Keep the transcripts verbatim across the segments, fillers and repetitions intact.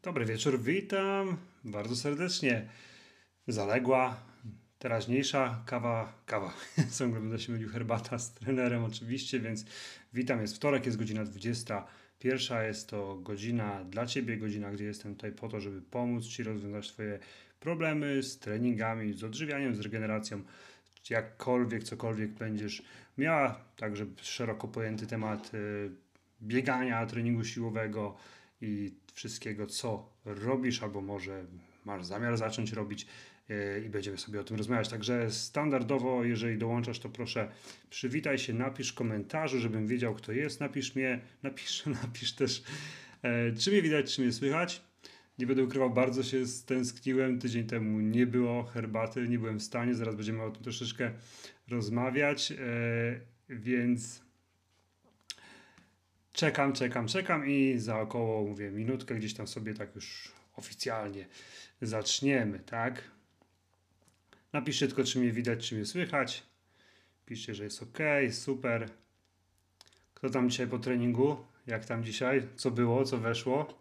Dobry wieczór, witam bardzo serdecznie. Zaległa, teraźniejsza kawa, kawa. Ciągle będę się mylił, herbata z trenerem oczywiście, więc witam. Jest wtorek, jest godzina dwudziesta pierwsza. Jest to godzina dla Ciebie, godzina, gdzie jestem tutaj po to, żeby pomóc Ci rozwiązać Twoje problemy z treningami, z odżywianiem, z regeneracją, jakkolwiek, cokolwiek będziesz miała. Także szeroko pojęty temat y, biegania, treningu siłowego i wszystkiego, co robisz, albo może masz zamiar zacząć robić yy, i będziemy sobie o tym rozmawiać. Także standardowo, jeżeli dołączasz, to proszę przywitaj się, napisz w komentarzu, żebym wiedział, kto jest. Napisz mnie, napisz, napisz też, yy, czy mnie widać, czy mnie słychać. Nie będę ukrywał, bardzo się stęskniłem. Tydzień temu nie było herbaty, nie byłem w stanie. Zaraz będziemy o tym troszeczkę rozmawiać, yy, więc... Czekam, czekam, czekam i za około, mówię, minutkę gdzieś tam sobie tak już oficjalnie zaczniemy, tak? Napiszcie tylko, czy mnie widać, czy mnie słychać. Piszcie, że jest ok, super. Kto tam dzisiaj po treningu? Jak tam dzisiaj? Co było? Co weszło?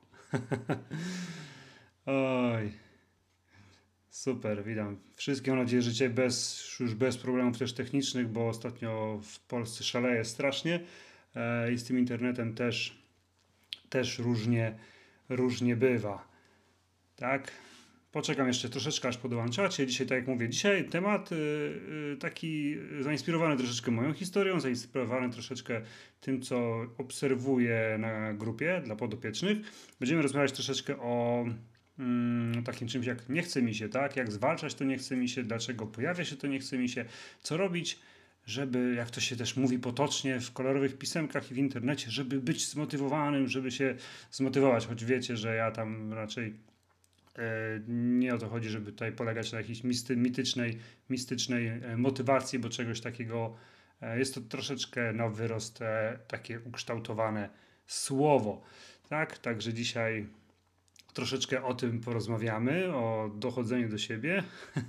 Oj. Super, witam wszystkich. Mam nadzieję, że dzisiaj bez, już bez problemów też technicznych, bo ostatnio w Polsce szaleje strasznie i z tym internetem też, też różnie, różnie bywa. Tak? Poczekam jeszcze troszeczkę, aż podłączacie. Dzisiaj, tak jak mówię, dzisiaj temat yy, taki zainspirowany troszeczkę moją historią, zainspirowany troszeczkę tym, co obserwuję na grupie dla podopiecznych. Będziemy rozmawiać troszeczkę o mm, takim czymś, jak nie chce mi się, tak? Jak zwalczać to nie chce mi się, dlaczego pojawia się to nie chce mi się, co robić, żeby, jak to się też mówi potocznie w kolorowych pisemkach i w internecie, żeby być zmotywowanym, żeby się zmotywować, choć wiecie, że ja tam raczej nie o to chodzi, żeby tutaj polegać na jakiejś misty, mitycznej, mistycznej motywacji, bo czegoś takiego jest to troszeczkę na wyrost takie ukształtowane słowo. Tak? Także dzisiaj troszeczkę o tym porozmawiamy, o dochodzeniu do siebie.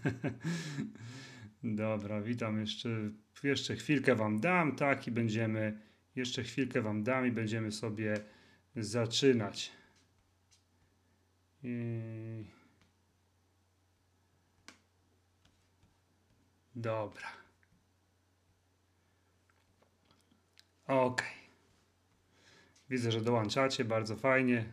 Dobra, witam jeszcze, jeszcze chwilkę Wam dam, tak, i będziemy, jeszcze chwilkę Wam dam i będziemy sobie zaczynać. I... Dobra. Ok. Widzę, że dołączacie, bardzo fajnie.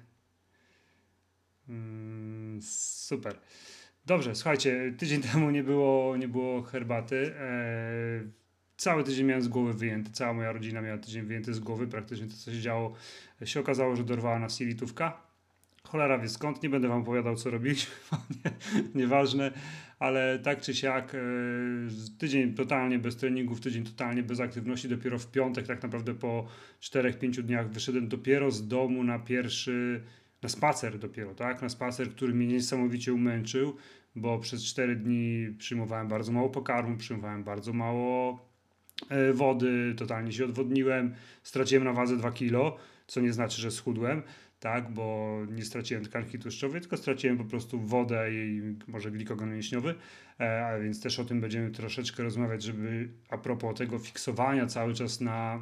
Mm, super. Dobrze, słuchajcie, tydzień temu nie było, nie było herbaty. Eee, cały tydzień miałem z głowy wyjęty, cała moja rodzina miała tydzień wyjęty z głowy, praktycznie to, co się działo, się okazało, że dorwała nas jelitówka. Cholera wie skąd, nie będę wam opowiadał, co robiliśmy, nie, nieważne, ale tak czy siak, e, tydzień totalnie bez treningów, tydzień totalnie bez aktywności, dopiero w piątek, tak naprawdę po czterech pięciu dniach wyszedłem dopiero z domu na pierwszy, na spacer dopiero, tak, na spacer, który mnie niesamowicie umęczył, bo przez cztery dni przyjmowałem bardzo mało pokarmu, przyjmowałem bardzo mało e, wody, totalnie się odwodniłem, straciłem na wadze dwa kilo, co nie znaczy, że schudłem, tak, bo nie straciłem tkanki tłuszczowej, tylko straciłem po prostu wodę i może glikogen mięśniowy, e, a więc też o tym będziemy troszeczkę rozmawiać, żeby a propos tego fiksowania cały czas na,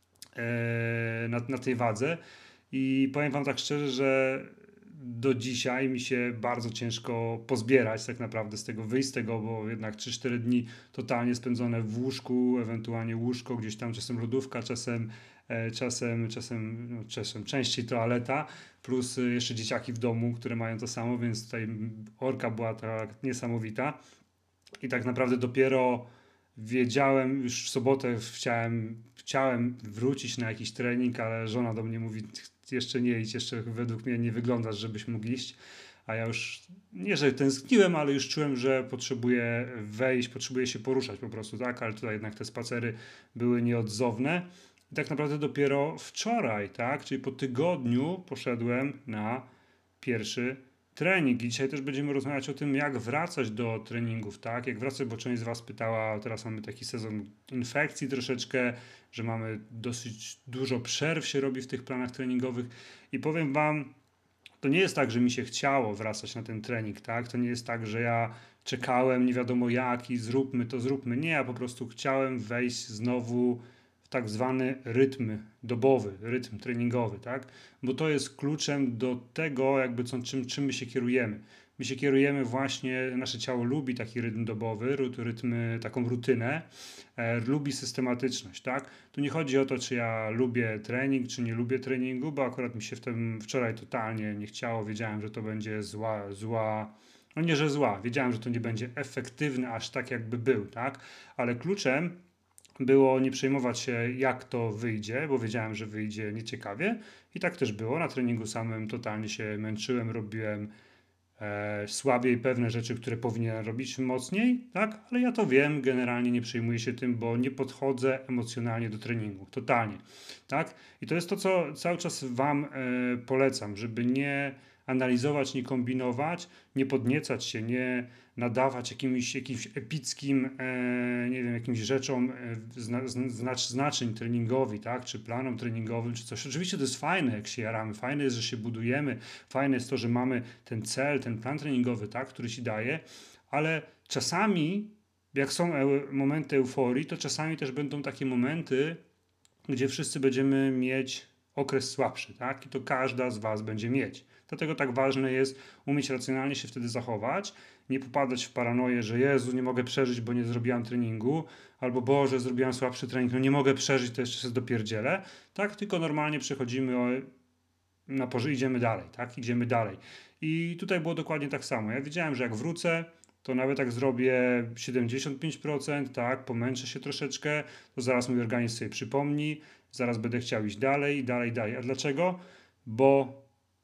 e, na, na tej wadze. I powiem wam tak szczerze, że do dzisiaj mi się bardzo ciężko pozbierać tak naprawdę z tego, wyjść z tego, bo jednak trzy cztery dni totalnie spędzone w łóżku, ewentualnie łóżko, gdzieś tam czasem lodówka, czasem Czasem, czasem, no czasem częściej toaleta, plus jeszcze dzieciaki w domu, które mają to samo, więc tutaj orka była tak niesamowita. I tak naprawdę dopiero wiedziałem, już w sobotę chciałem, chciałem wrócić na jakiś trening, ale żona do mnie mówi, jeszcze nie idź, jeszcze według mnie nie wyglądasz, żebyś mógł iść. A ja już, nie że tęskniłem, ale już czułem, że potrzebuję wejść, potrzebuję się poruszać po prostu, tak? Ale tutaj jednak te spacery były nieodzowne. I tak naprawdę dopiero wczoraj, tak, czyli po tygodniu poszedłem na pierwszy trening. I dzisiaj też będziemy rozmawiać o tym, jak wracać do treningów, tak, jak wracać, bo część z was pytała, teraz mamy taki sezon infekcji troszeczkę, że mamy dosyć dużo przerw się robi w tych planach treningowych i powiem wam, to nie jest tak, że mi się chciało wracać na ten trening, tak, to nie jest tak, że ja czekałem nie wiadomo jak i zróbmy to, zróbmy, nie, ja po prostu chciałem wejść znowu tak zwany rytm dobowy, rytm treningowy, tak? Bo to jest kluczem do tego, jakby co, czym, czym my się kierujemy. My się kierujemy właśnie, nasze ciało lubi taki rytm dobowy, rytm, taką rutynę, e, lubi systematyczność, tak? Tu nie chodzi o to, czy ja lubię trening, czy nie lubię treningu, bo akurat mi się w tym wczoraj totalnie nie chciało, wiedziałem, że to będzie zła, zła, no nie, że zła, wiedziałem, że to nie będzie efektywne aż tak, jakby był, tak? Ale kluczem było nie przejmować się, jak to wyjdzie, bo wiedziałem, że wyjdzie nieciekawie i tak też było. Na treningu samym totalnie się męczyłem, robiłem e, słabiej pewne rzeczy, które powinienem robić mocniej, tak? Ale ja to wiem, generalnie nie przejmuję się tym, bo nie podchodzę emocjonalnie do treningu, totalnie, tak? I to jest to, co cały czas Wam e, polecam, żeby nie analizować, nie kombinować, nie podniecać się, nie nadawać jakimś, jakimś epickim, e, nie wiem, jakimś rzeczom e, zna, znacz, znaczeń treningowi, tak, czy planom treningowym, czy coś. Oczywiście to jest fajne, jak się jaramy, fajne jest, że się budujemy, fajne jest to, że mamy ten cel, ten plan treningowy, tak, który ci daje, ale czasami, jak są e momenty euforii, to czasami też będą takie momenty, gdzie wszyscy będziemy mieć okres słabszy, tak? I to każda z Was będzie mieć. Dlatego tak ważne jest umieć racjonalnie się wtedy zachować, nie popadać w paranoję, że Jezu, nie mogę przeżyć, bo nie zrobiłam treningu, albo Boże, zrobiłam słabszy trening, no nie mogę przeżyć, to jeszcze się dopierdzielę, tak? Tylko normalnie przechodzimy o, na porze, idziemy dalej, tak? Idziemy dalej. I tutaj było dokładnie tak samo. Ja wiedziałem, że jak wrócę, to nawet jak zrobię siedemdziesiąt pięć procent, tak, pomęczę się troszeczkę, to zaraz mój organizm sobie przypomni, zaraz będę chciał iść dalej, dalej, dalej. A dlaczego? Bo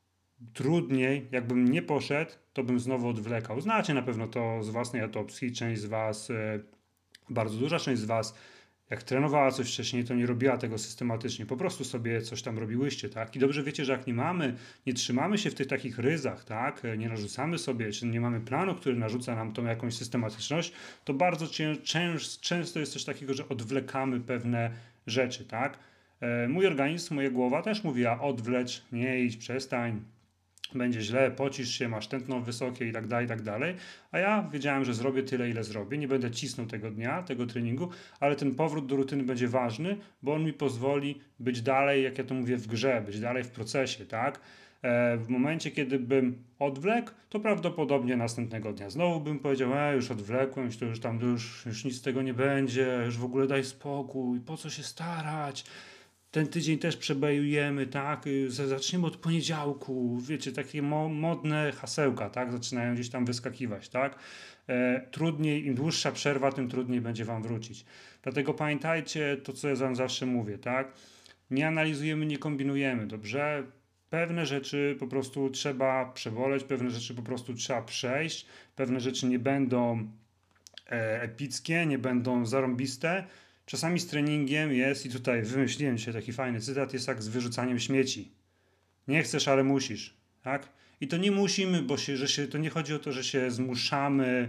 trudniej, jakbym nie poszedł, to bym znowu odwlekał. Znacie na pewno to z własnej autopsji, część z Was, e, bardzo duża część z Was, jak trenowała coś wcześniej, to nie robiła tego systematycznie. Po prostu sobie coś tam robiłyście, tak? I dobrze wiecie, że jak nie mamy, nie trzymamy się w tych takich ryzach, tak? Nie narzucamy sobie, czy nie mamy planu, który narzuca nam tą jakąś systematyczność, to bardzo cię, częst, często jest coś takiego, że odwlekamy pewne rzeczy, tak? E, mój organizm, moja głowa też mówiła odwlecz, nie idź, przestań, będzie źle, pocisz się, masz tętno wysokie i tak dalej, i tak dalej. A ja wiedziałem, że zrobię tyle, ile zrobię. Nie będę cisnął tego dnia, tego treningu, ale ten powrót do rutyny będzie ważny, bo on mi pozwoli być dalej, jak ja to mówię, w grze, być dalej w procesie, tak? E, w momencie, kiedy bym odwlekł, to prawdopodobnie następnego dnia znowu bym powiedział, e, już odwlekłem, to już tam już, już nic z tego nie będzie, już w ogóle daj spokój, po co się starać? Ten tydzień też przebejujemy, tak? Zaczniemy od poniedziałku, wiecie, takie mo modne hasełka, tak? Zaczynają gdzieś tam wyskakiwać, tak? E, trudniej, im dłuższa przerwa, tym trudniej będzie Wam wrócić. Dlatego pamiętajcie to, co ja Wam zawsze mówię, tak? Nie analizujemy, nie kombinujemy, dobrze? Pewne rzeczy po prostu trzeba przeboleć, pewne rzeczy po prostu trzeba przejść, pewne rzeczy nie będą e, epickie, nie będą zarąbiste. Czasami z treningiem jest, i tutaj wymyśliłem dzisiaj taki fajny cytat, jest jak z wyrzucaniem śmieci. Nie chcesz, ale musisz, tak? I to nie musimy, bo się, że się, to nie chodzi o to, że się zmuszamy,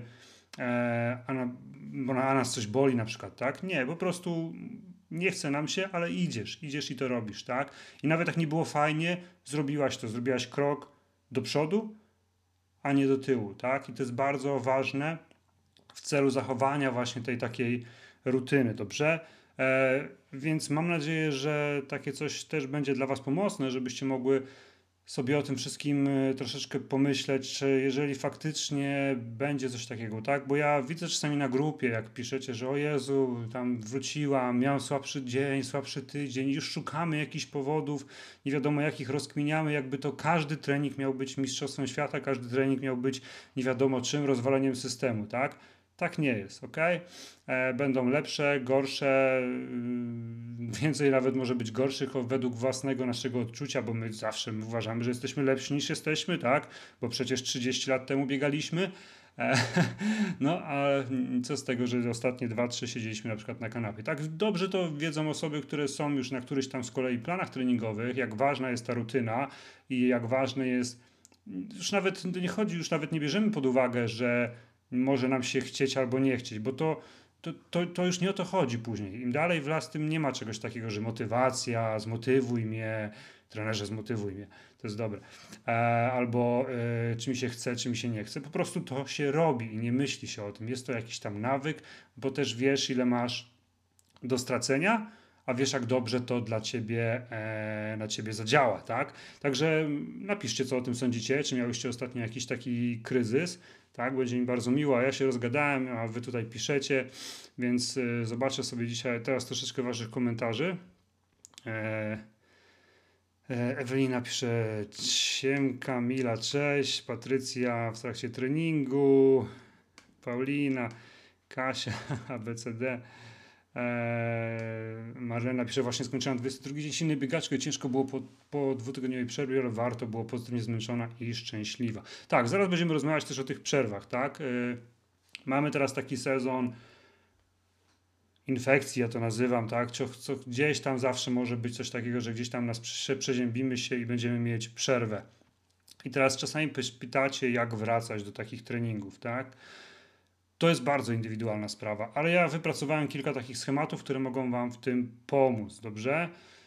e, a na, bo na nas coś boli na przykład, tak? Nie, po prostu nie chce nam się, ale idziesz, idziesz i to robisz, tak? I nawet jak nie było fajnie, zrobiłaś to, zrobiłaś krok do przodu, a nie do tyłu, tak? I to jest bardzo ważne w celu zachowania właśnie tej takiej rutyny, dobrze? E, więc mam nadzieję, że takie coś też będzie dla Was pomocne, żebyście mogły sobie o tym wszystkim e, troszeczkę pomyśleć, czy jeżeli faktycznie będzie coś takiego, tak? Bo ja widzę czasami na grupie, jak piszecie, że o Jezu, tam wróciłam, miałem słabszy dzień, słabszy tydzień, już szukamy jakichś powodów, nie wiadomo jakich, rozkminiamy, jakby to każdy trening miał być mistrzostwem świata, każdy trening miał być nie wiadomo czym, rozwaleniem systemu, tak? Tak nie jest, ok? E, będą lepsze, gorsze, yy, więcej nawet może być gorszych według własnego naszego odczucia, bo my zawsze uważamy, że jesteśmy lepsi niż jesteśmy, tak? Bo przecież trzydzieści lat temu biegaliśmy. E, no, a co z tego, że ostatnie dwa trzy siedzieliśmy na przykład na kanapie. Tak dobrze to wiedzą osoby, które są już na którychś tam z kolei planach treningowych, jak ważna jest ta rutyna i jak ważne jest, już nawet nie chodzi, już nawet nie bierzemy pod uwagę, że może nam się chcieć albo nie chcieć, bo to, to, to, to już nie o to chodzi później. Im dalej w las, tym nie ma czegoś takiego, że motywacja, zmotywuj mnie, trenerze zmotywuj mnie, to jest dobre. E, albo e, czy mi się chce, czy mi się nie chce. Po prostu to się robi i nie myśli się o tym. Jest to jakiś tam nawyk, bo też wiesz, ile masz do stracenia, a wiesz, jak dobrze to dla ciebie, e, na ciebie zadziała, tak? Także napiszcie, co o tym sądzicie, czy miałyście ostatnio jakiś taki kryzys, tak? Będzie mi bardzo miło, a ja się rozgadałem, a wy tutaj piszecie, więc e, zobaczę sobie dzisiaj teraz troszeczkę waszych komentarzy. E, e, Ewelina pisze, siemka, Mila, cześć, Patrycja w trakcie treningu, Paulina, Kasia, A B C D. Eee, Marlena pisze, właśnie skończyłam dwudziesty drugi dzień silnej biegaczki, ciężko było po, po dwutygodniowej przerwie, ale warto było, pozytywnie zmęczona i szczęśliwa. Tak, zaraz będziemy rozmawiać też o tych przerwach, tak? Eee, mamy teraz taki sezon infekcji, ja to nazywam, tak? Co, co, gdzieś tam zawsze może być coś takiego, że gdzieś tam nas prze, przeziębimy się i będziemy mieć przerwę. I teraz czasami pytacie, jak wracać do takich treningów, tak? To jest bardzo indywidualna sprawa, ale ja wypracowałem kilka takich schematów, które mogą wam w tym pomóc, dobrze?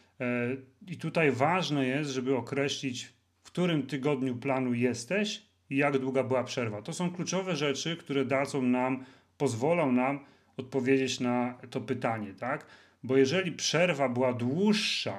I tutaj ważne jest, żeby określić, w którym tygodniu planu jesteś i jak długa była przerwa. To są kluczowe rzeczy, które dadzą nam, pozwolą nam odpowiedzieć na to pytanie, tak? Bo jeżeli przerwa była dłuższa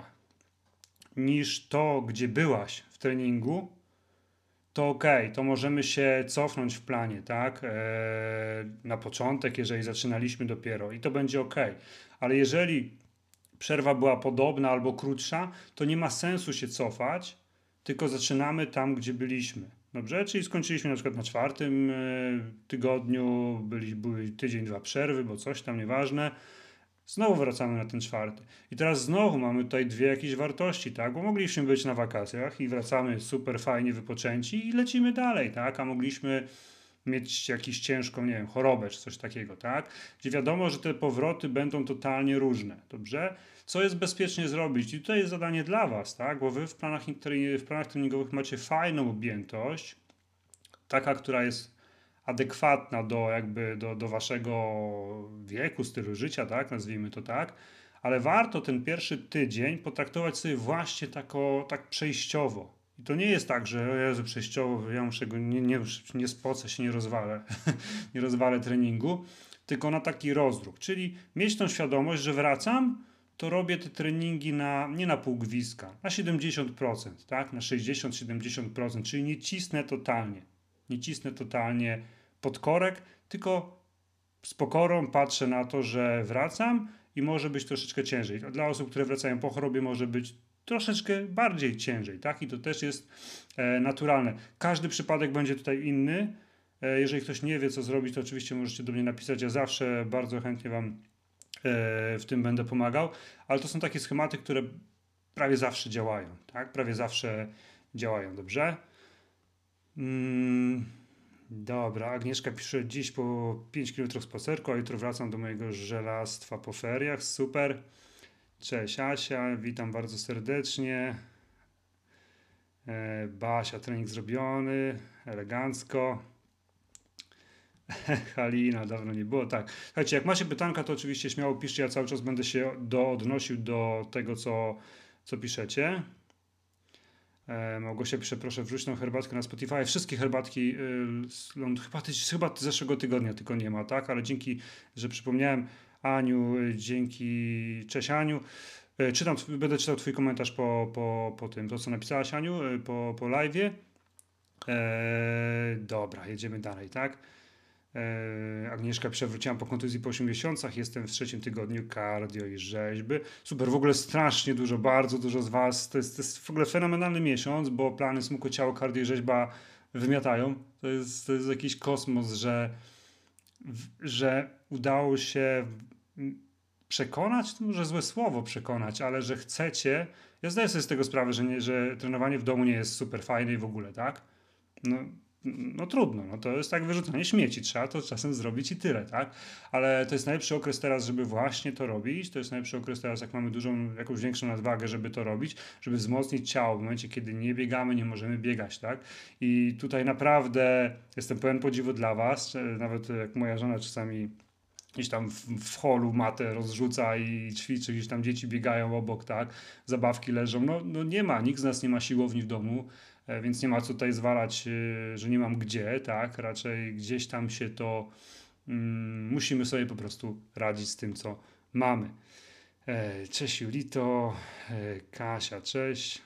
niż to, gdzie byłaś w treningu, to okej, okay, to możemy się cofnąć w planie, tak? Eee, na początek, jeżeli zaczynaliśmy dopiero i to będzie okej. Okay. Ale jeżeli przerwa była podobna albo krótsza, to nie ma sensu się cofać, tylko zaczynamy tam, gdzie byliśmy. Dobrze? Czyli skończyliśmy na przykład na czwartym tygodniu, byli, były tydzień, dwa przerwy, bo coś tam, nieważne. Znowu wracamy na ten czwarty. I teraz znowu mamy tutaj dwie jakieś wartości, tak? Bo mogliśmy być na wakacjach i wracamy super fajnie wypoczęci i lecimy dalej, tak? A mogliśmy mieć jakąś ciężką, nie wiem, chorobę czy coś takiego, tak? Gdzie wiadomo, że te powroty będą totalnie różne, dobrze? Co jest bezpiecznie zrobić? I tutaj jest zadanie dla was, tak? Bo wy w planach, w planach treningowych macie fajną objętość, taka, która jest adekwatna do jakby do, do waszego wieku, stylu życia, tak, nazwijmy to tak, ale warto ten pierwszy tydzień potraktować sobie właśnie tako, tak przejściowo. I to nie jest tak, że o Jezu, przejściowo, ja muszę go, nie, nie, nie spocę się, nie rozwalę, nie rozwalę treningu, tylko na taki rozruch, czyli mieć tą świadomość, że wracam, to robię te treningi na, nie na pół gwizdka, na siedemdziesiąt procent, tak, na sześćdziesiąt do siedemdziesięciu procent, czyli nie cisnę totalnie. Nie cisnę totalnie pod korek, tylko z pokorą patrzę na to, że wracam i może być troszeczkę ciężej. Dla osób, które wracają po chorobie, może być troszeczkę bardziej ciężej, tak? I to też jest e, naturalne. Każdy przypadek będzie tutaj inny. E, jeżeli ktoś nie wie, co zrobić, to oczywiście możecie do mnie napisać. Ja zawsze bardzo chętnie wam e, w tym będę pomagał, ale to są takie schematy, które prawie zawsze działają, tak? Prawie zawsze działają, dobrze? Mm, dobra, Agnieszka pisze, dziś po pięć kilometrów spacerku, a jutro wracam do mojego żelastwa po feriach, super. Cześć Asia, witam bardzo serdecznie. E, Basia, trening zrobiony, elegancko. Halina, dawno nie było, tak. Słuchajcie, jak macie pytanka, to oczywiście śmiało piszcie, ja cały czas będę się do, odnosił do tego, co, co piszecie. E, Małgosia pisze, proszę wrzuć tą herbatkę na Spotify. Wszystkie herbatki, y, chyba, ty, chyba z zeszłego tygodnia tylko nie ma, tak? Ale dzięki, że przypomniałem, Aniu, y, dzięki, cześć Aniu. Y, czytam, będę czytał twój komentarz po, po, po tym, to co napisałaś Aniu, y, po, po live'ie. E, dobra, jedziemy dalej, tak? E, Agnieszka pisze, wróciłam po kontuzji po ośmiu miesiącach, jestem w trzecim tygodniu cardio i rzeźby. Super, w ogóle strasznie dużo, bardzo dużo z was. To jest, to jest w ogóle fenomenalny miesiąc, bo plany smukłe ciało, cardio i rzeźba wymiatają. To jest, to jest jakiś kosmos, że, że udało się przekonać, to może złe słowo przekonać, ale że chcecie. Ja zdaję sobie z tego sprawę, że, nie, że trenowanie w domu nie jest super fajne i w ogóle, tak? No, no trudno, no to jest tak wyrzucanie śmieci, trzeba to czasem zrobić i tyle, tak? Ale to jest najlepszy okres teraz, żeby właśnie to robić, to jest najlepszy okres teraz, jak mamy dużą, jakąś większą nadwagę, żeby to robić, żeby wzmocnić ciało w momencie, kiedy nie biegamy, nie możemy biegać, tak? I tutaj naprawdę jestem pełen podziwu dla was, nawet jak moja żona czasami gdzieś tam w, w holu matę rozrzuca i ćwiczy, gdzieś tam dzieci biegają obok, tak, zabawki leżą, no, no nie ma, nikt z nas nie ma siłowni w domu, e, więc nie ma co tutaj zwalać, e, że nie mam gdzie, tak, raczej gdzieś tam się to, mm, musimy sobie po prostu radzić z tym, co mamy. E, cześć Julito, e, Kasia, cześć.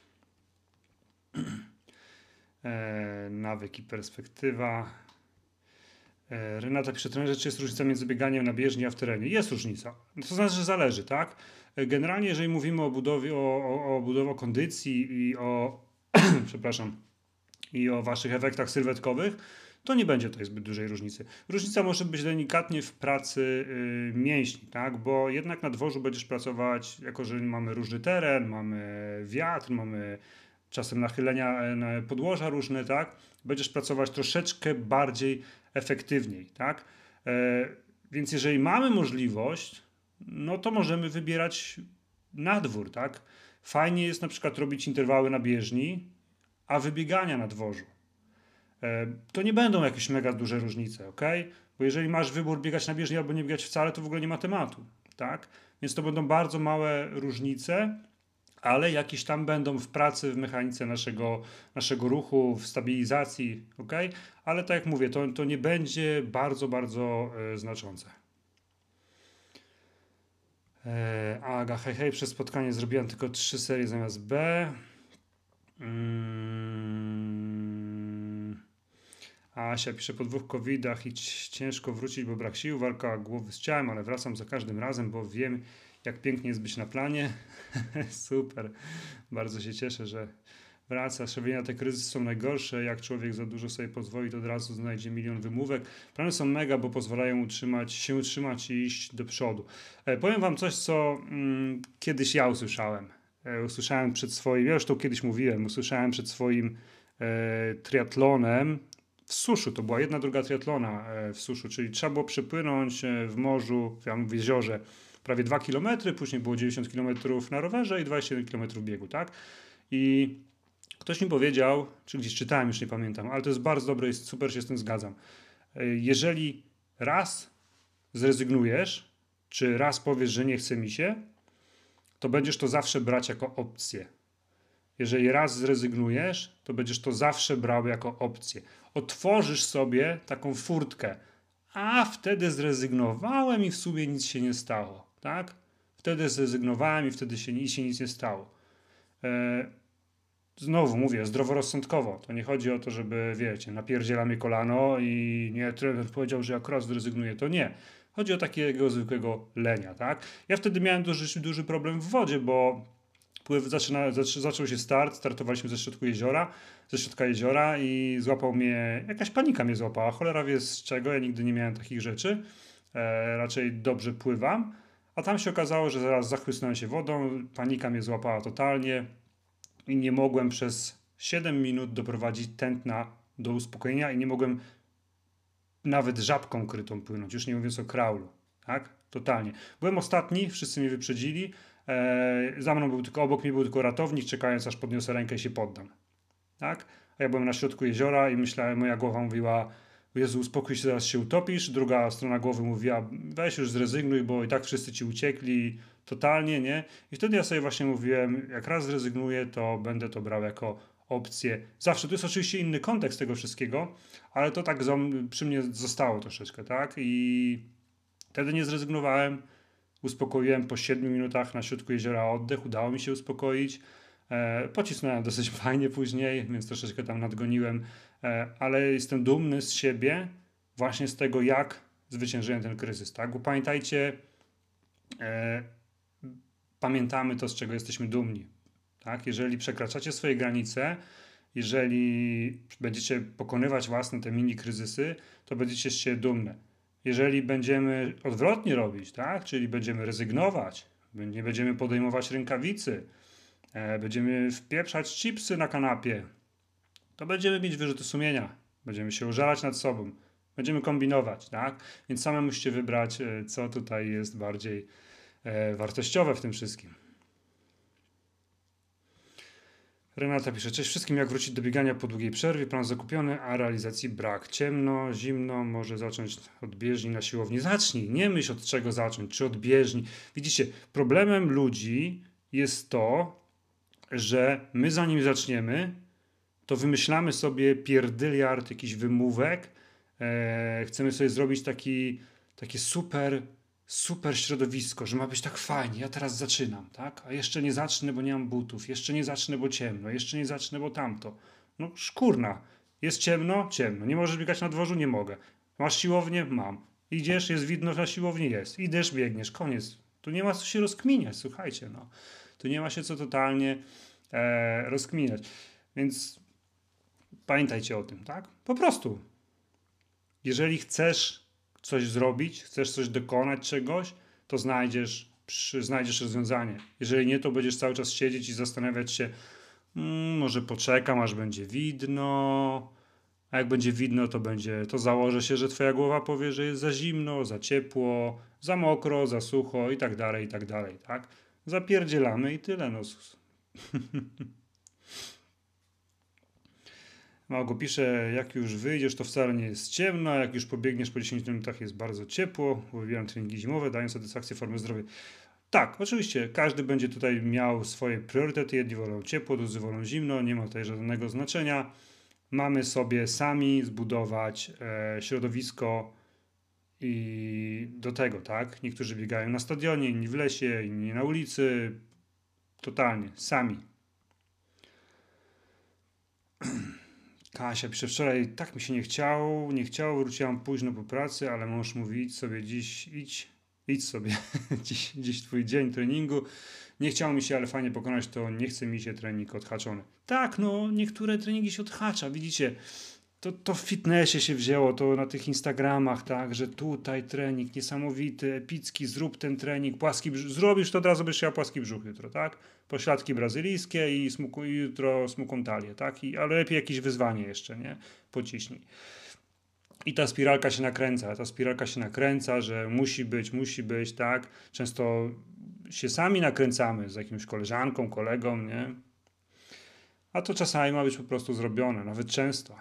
E, nawyk i perspektywa. E, Renata pisze, trenerze, czy jest różnica między bieganiem na bieżni a w terenie? Jest różnica. To znaczy, że zależy, tak? E, Generalnie, jeżeli mówimy o budowie, o, o, o budowie kondycji i o, przepraszam, i o waszych efektach sylwetkowych, to nie będzie tutaj zbyt dużej różnicy. Różnica może być delikatnie w pracy y, mięśni, tak? Bo jednak na dworzu będziesz pracować, jako że mamy różny teren, mamy wiatr, mamy czasem nachylenia e, na podłoża różne, tak? Będziesz pracować troszeczkę bardziej efektywniej, tak? E, więc jeżeli mamy możliwość, no to możemy wybierać na dwór, tak? Fajnie jest na przykład robić interwały na bieżni, a wybiegania na dworzu. E, To nie będą jakieś mega duże różnice, ok? Bo jeżeli masz wybór biegać na bieżni albo nie biegać wcale, to w ogóle nie ma tematu, tak? Więc to będą bardzo małe różnice, ale jakieś tam będą w pracy, w mechanice naszego, naszego ruchu, w stabilizacji, ok? Ale tak jak mówię, to, to nie będzie bardzo, bardzo e, znaczące. E, Aga, hej, hej, przez spotkanie zrobiłem tylko trzy serie zamiast B. Mm. Asia pisze, po dwóch covidach i ciężko wrócić, bo brak sił, walka głowy z ciałem, ale wracam za każdym razem, bo wiem, jak pięknie jest być na planie. Super, bardzo się cieszę, że wracasz. Robienia te kryzysy są najgorsze, jak człowiek za dużo sobie pozwoli, to od razu znajdzie milion wymówek. Plany są mega, bo pozwalają utrzymać, się utrzymać i iść do przodu. E, powiem wam coś, co mm, kiedyś ja usłyszałem. E, usłyszałem przed swoim, ja już to kiedyś mówiłem, usłyszałem przed swoim e, triatlonem, w suszu, to była jedna druga triatlona e, w suszu, czyli trzeba było przepłynąć e, w morzu, w jeziorze prawie dwa kilometry, później było dziewięćdziesiąt kilometrów na rowerze i dwadzieścia jeden kilometrów biegu, tak? I ktoś mi powiedział, czy gdzieś czytałem, już nie pamiętam, ale to jest bardzo dobre i super się z tym zgadzam. E, Jeżeli raz zrezygnujesz, czy raz powiesz, że nie chce mi się, to będziesz to zawsze brać jako opcję. Jeżeli raz zrezygnujesz, to będziesz to zawsze brał jako opcję. Otworzysz sobie taką furtkę, a wtedy zrezygnowałem i w sumie nic się nie stało, tak? Wtedy zrezygnowałem i wtedy się, się nic nie stało. E, Znowu mówię, zdroworozsądkowo. To nie chodzi o to, żeby, wiecie, napierdziela mnie kolano i nie, trener powiedział, że jak raz zrezygnuję, to nie. Chodzi o takiego zwykłego lenia, tak? Ja wtedy miałem duży, duży problem w wodzie, bo pływ zaczyna, zaczą, zaczął się start, startowaliśmy ze środku jeziora, ze środka jeziora i złapał mnie, jakaś panika mnie złapała, cholera wie z czego, ja nigdy nie miałem takich rzeczy, e, raczej dobrze pływam, a tam się okazało, że zaraz zachłysnąłem się wodą, panika mnie złapała totalnie i nie mogłem przez siedem minut doprowadzić tętna do uspokojenia i nie mogłem nawet żabką krytą płynąć, już nie mówiąc o kraulu, tak? Totalnie. Byłem ostatni, wszyscy mnie wyprzedzili, e, za mną był tylko, obok mnie był tylko ratownik, czekając aż podniosę rękę i się poddam, tak? A ja byłem na środku jeziora i myślałem, moja głowa mówiła, Jezu, uspokój się, zaraz się utopisz, druga strona głowy mówiła, weź już zrezygnuj, bo i tak wszyscy ci uciekli, totalnie, nie? I wtedy ja sobie właśnie mówiłem, jak raz zrezygnuję, to będę to brał jako opcję. Zawsze, to jest oczywiście inny kontekst tego wszystkiego, ale to tak przy mnie zostało troszeczkę, tak? I wtedy nie zrezygnowałem, uspokoiłem po siedmiu minutach na środku jeziora oddech, udało mi się uspokoić. E, pocisnąłem dosyć fajnie później, więc troszeczkę tam nadgoniłem, e, ale jestem dumny z siebie, właśnie z tego, jak zwyciężyłem ten kryzys, tak? Bo pamiętajcie, e, pamiętamy to, z czego jesteśmy dumni, tak? Jeżeli przekraczacie swoje granice, jeżeli będziecie pokonywać własne te mini kryzysy, to będziecie się dumne. Jeżeli będziemy odwrotnie robić, tak? Czyli będziemy rezygnować, nie będziemy podejmować rękawicy, e, będziemy wpieprzać chipsy na kanapie, to będziemy mieć wyrzuty sumienia, będziemy się użalać nad sobą, będziemy kombinować, tak? Więc same musicie wybrać, e, co tutaj jest bardziej e, wartościowe w tym wszystkim. Renata pisze, cześć wszystkim, jak wrócić do biegania po długiej przerwie, plan zakupiony, a realizacji brak. Ciemno, zimno, może zacząć od bieżni na siłowni. Zacznij, nie myśl od czego zacząć, czy od bieżni. Widzicie, problemem ludzi jest to, że my zanim zaczniemy, to wymyślamy sobie pierdyliard jakichś wymówek, e, chcemy sobie zrobić taki, takie super super środowisko, że ma być tak fajnie, ja teraz zaczynam, tak? A jeszcze nie zacznę, bo nie mam butów, jeszcze nie zacznę, bo ciemno, jeszcze nie zacznę, bo tamto. No szkurna. Jest ciemno? Ciemno. Nie możesz biegać na dworzu? Nie mogę. Masz siłownię? Mam. Idziesz, jest widno, że na siłowni jest. Idziesz, biegniesz, koniec. Tu nie ma co się rozkminiać, słuchajcie, no. Tu nie ma się co totalnie e, rozkminiać. Więc pamiętajcie o tym, tak? Po prostu. Jeżeli chcesz coś zrobić, chcesz coś dokonać czegoś, to znajdziesz, przy, znajdziesz rozwiązanie. Jeżeli nie, to będziesz cały czas siedzieć i zastanawiać się, mm, może poczekam, aż będzie widno, a jak będzie widno, to będzie, to założę się, że twoja głowa powie, że jest za zimno, za ciepło, za mokro, za sucho i tak dalej, i tak dalej, tak? Zapierdzielamy i tyle, no. Małgo pisze, jak już wyjdziesz, to wcale nie jest ciemno, a jak już pobiegniesz po dziesięciu minutach jest bardzo ciepło, bo wybieram treningi zimowe, dają satysfakcję formy zdrowia. Tak, oczywiście, każdy będzie tutaj miał swoje priorytety, jedni wolą ciepło, drudzy wolą zimno, nie ma tutaj żadnego znaczenia. Mamy sobie sami zbudować e, środowisko i do tego, tak? Niektórzy biegają na stadionie, inni w lesie, inni na ulicy, totalnie, sami. Kasia pisze, wczoraj tak mi się nie chciało, nie chciało, wróciłam późno po pracy, ale mąż mówi, idź sobie dziś, idź, idź sobie, dziś, dziś twój dzień treningu. Nie chciało mi się, ale fajnie pokonać to, nie chce mi się trening odhaczony. Tak, no niektóre treningi się odhacza, widzicie, to, to w fitnessie się wzięło, to na tych Instagramach, tak, że tutaj trening niesamowity, epicki, zrób ten trening, płaski brzuch, zrobisz to od razu, będziesz miał płaski brzuch jutro, tak? Pośladki brazylijskie i smuku, jutro smuką talię, tak? I, ale lepiej jakieś wyzwanie jeszcze, nie? Pociśnij. I ta spiralka się nakręca, ta spiralka się nakręca, że musi być, musi być, tak? Często się sami nakręcamy z jakimś koleżanką, kolegą, nie? A to czasami ma być po prostu zrobione, nawet często.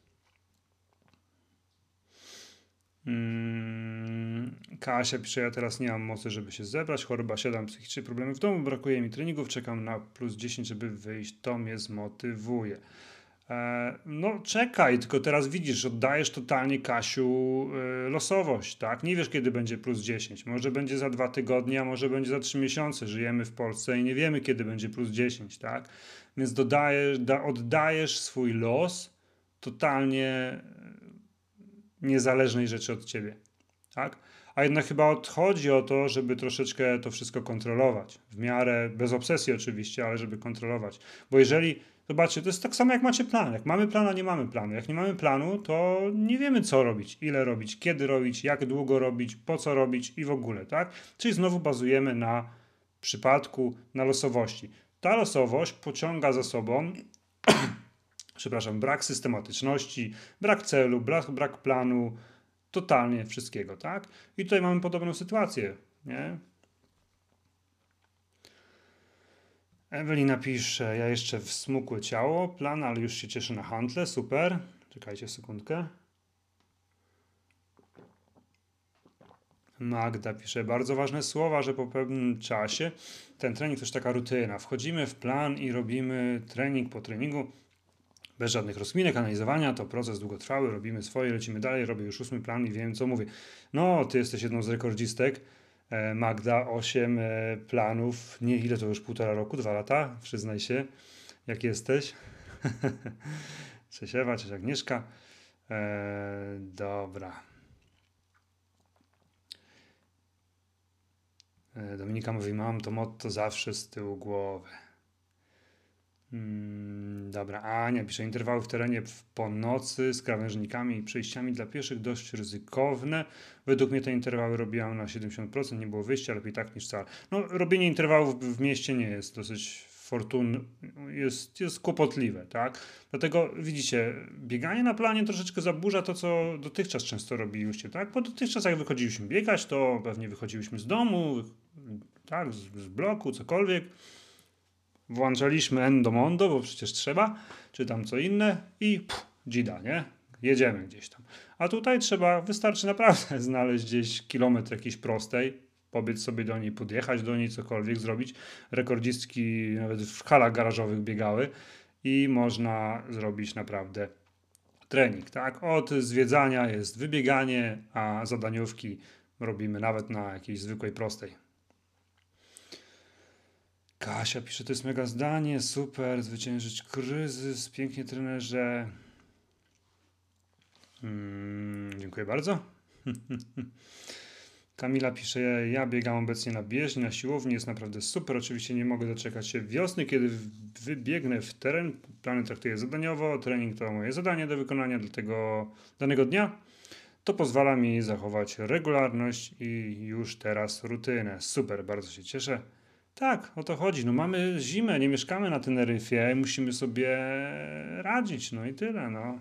Hmm. Kasia pisze, ja teraz nie mam mocy, żeby się zebrać, choroba, siadam, psychiczne problemy w domu, brakuje mi treningów, czekam na plus dziesięć, żeby wyjść, to mnie zmotywuje. E, no czekaj, tylko teraz widzisz, oddajesz totalnie, Kasiu, e, losowość, tak? Nie wiesz, kiedy będzie plus dziesięć, może będzie za dwa tygodnie, a może będzie za trzy miesiące, żyjemy w Polsce i nie wiemy, kiedy będzie plus dziesięć, tak? Więc dodajesz, da, oddajesz swój los totalnie niezależnej rzeczy od ciebie, tak? A jednak chyba odchodzi o to, żeby troszeczkę to wszystko kontrolować. W miarę, bez obsesji oczywiście, ale żeby kontrolować. Bo jeżeli, zobaczcie, to jest tak samo jak macie plan. Jak mamy plan, a nie mamy planu. Jak nie mamy planu, to nie wiemy co robić, ile robić, kiedy robić, jak długo robić, po co robić i w ogóle, tak? Czyli znowu bazujemy na przypadku, na losowości. Ta losowość pociąga za sobą przepraszam, brak systematyczności, brak celu, brak, brak planu, totalnie wszystkiego, tak? I tutaj mamy podobną sytuację, nie? Ewelina pisze, ja jeszcze w smukłe ciało, plan, ale już się cieszę na handle, super. Czekajcie sekundkę. Magda pisze, bardzo ważne słowa, że po pewnym czasie ten trening to już taka rutyna. Wchodzimy w plan i robimy trening po treningu, bez żadnych rozkminek, analizowania, to proces długotrwały, robimy swoje, lecimy dalej, robię już ósmy plan i wiem, co mówię. No, ty jesteś jedną z rekordzistek, Magda, osiem planów, nie ile to już, półtora roku, dwa lata, przyznaj się, jak jesteś. Cześć Ewa, cześć Agnieszka. Eee, dobra. Eee, Dominika mówi, mam to motto zawsze z tyłu głowy. Hmm, dobra, Ania pisze, interwały w terenie po nocy z krawężnikami i przejściami dla pieszych dość ryzykowne. Według mnie te interwały robiłam na siedemdziesiąt procent, nie było wyjścia, lepiej tak niż wcale. No, robienie interwałów w mieście nie jest dosyć fortunne, jest, jest kłopotliwe, tak? Dlatego widzicie, bieganie na planie troszeczkę zaburza to, co dotychczas często robiliście, tak? Bo dotychczas jak wychodziliśmy biegać, to pewnie wychodziliśmy z domu, tak, z, z bloku, cokolwiek. Włączaliśmy Endomondo, bo przecież trzeba, czy tam co inne i pff, dzida, nie? Jedziemy gdzieś tam. A tutaj trzeba, wystarczy naprawdę znaleźć gdzieś kilometr jakiejś prostej, pobiec sobie do niej, podjechać do niej, cokolwiek zrobić. Rekordzistki nawet w halach garażowych biegały i można zrobić naprawdę trening, tak? Od zwiedzania jest wybieganie, a zadaniówki robimy, nawet na jakiejś zwykłej, prostej. Kasia pisze, to jest mega zdanie, super, zwyciężyć kryzys, pięknie trenerze. Hmm, dziękuję bardzo. Kamila pisze, ja biegam obecnie na bieżni, na siłowni, jest naprawdę super. Oczywiście nie mogę doczekać się wiosny, kiedy wybiegnę w teren. Plany traktuję zadaniowo, trening to moje zadanie do wykonania dla tego danego dnia. To pozwala mi zachować regularność i już teraz rutynę. Super, bardzo się cieszę. Tak, o to chodzi. No mamy zimę, nie mieszkamy na Teneryfie i musimy sobie radzić, no i tyle, no.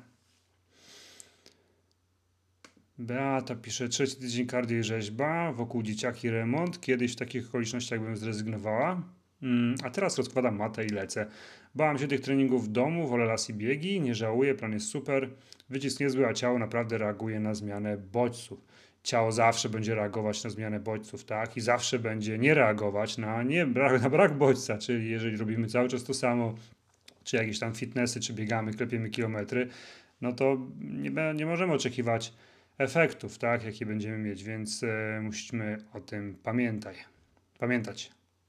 Beata pisze, trzeci tydzień cardio i rzeźba, wokół dzieciaki remont. Kiedyś w takich okolicznościach bym zrezygnowała, mm, a teraz rozkładam matę i lecę. Bałam się tych treningów w domu, wolę las i biegi, nie żałuję, plan jest super. Wycisk niezły, a ciało naprawdę reaguje na zmianę bodźców. Ciało zawsze będzie reagować na zmianę bodźców, tak? I zawsze będzie nie reagować na, nie, brak, na brak bodźca, czyli jeżeli robimy cały czas to samo, czy jakieś tam fitnessy, czy biegamy, klepiemy kilometry, no to nie, nie możemy oczekiwać efektów, tak, jakie będziemy mieć, więc e, musimy o tym pamiętaj, pamiętać.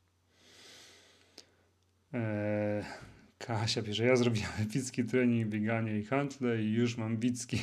E, Kasia pisze, ja zrobiłem epicki trening, bieganie i handle i już mam bicki.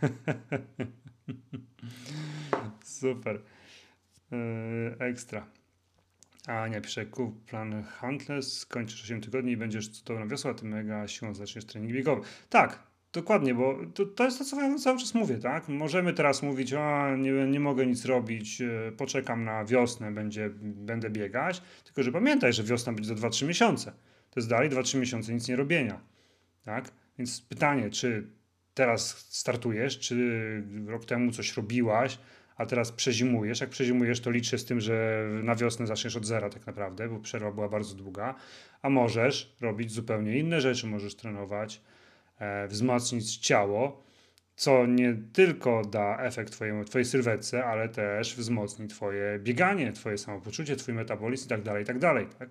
Super. E, ekstra. Ania pisze, kup plan handles, skończysz osiem tygodni i będziesz cudowna wiosła, ty mega siłą zaczniesz trening biegowy. Tak, dokładnie, bo to, to jest to, co ja cały czas mówię, tak? Możemy teraz mówić, o, nie, nie mogę nic robić, e, poczekam na wiosnę, będzie, będę biegać, tylko że pamiętaj, że wiosna będzie za dwa trzy miesiące. To jest dalej dwa trzy miesiące nic nie robienia, tak? Więc pytanie, czy teraz startujesz, czy rok temu coś robiłaś, a teraz przezimujesz. Jak przezimujesz, to liczę z tym, że na wiosnę zaczniesz od zera tak naprawdę, bo przerwa była bardzo długa, a możesz robić zupełnie inne rzeczy, możesz trenować, e, wzmocnić ciało, co nie tylko da efekt twojemu, twojej sylwetce, ale też wzmocni twoje bieganie, twoje samopoczucie, twój metabolizm i tak dalej, i tak dalej, tak?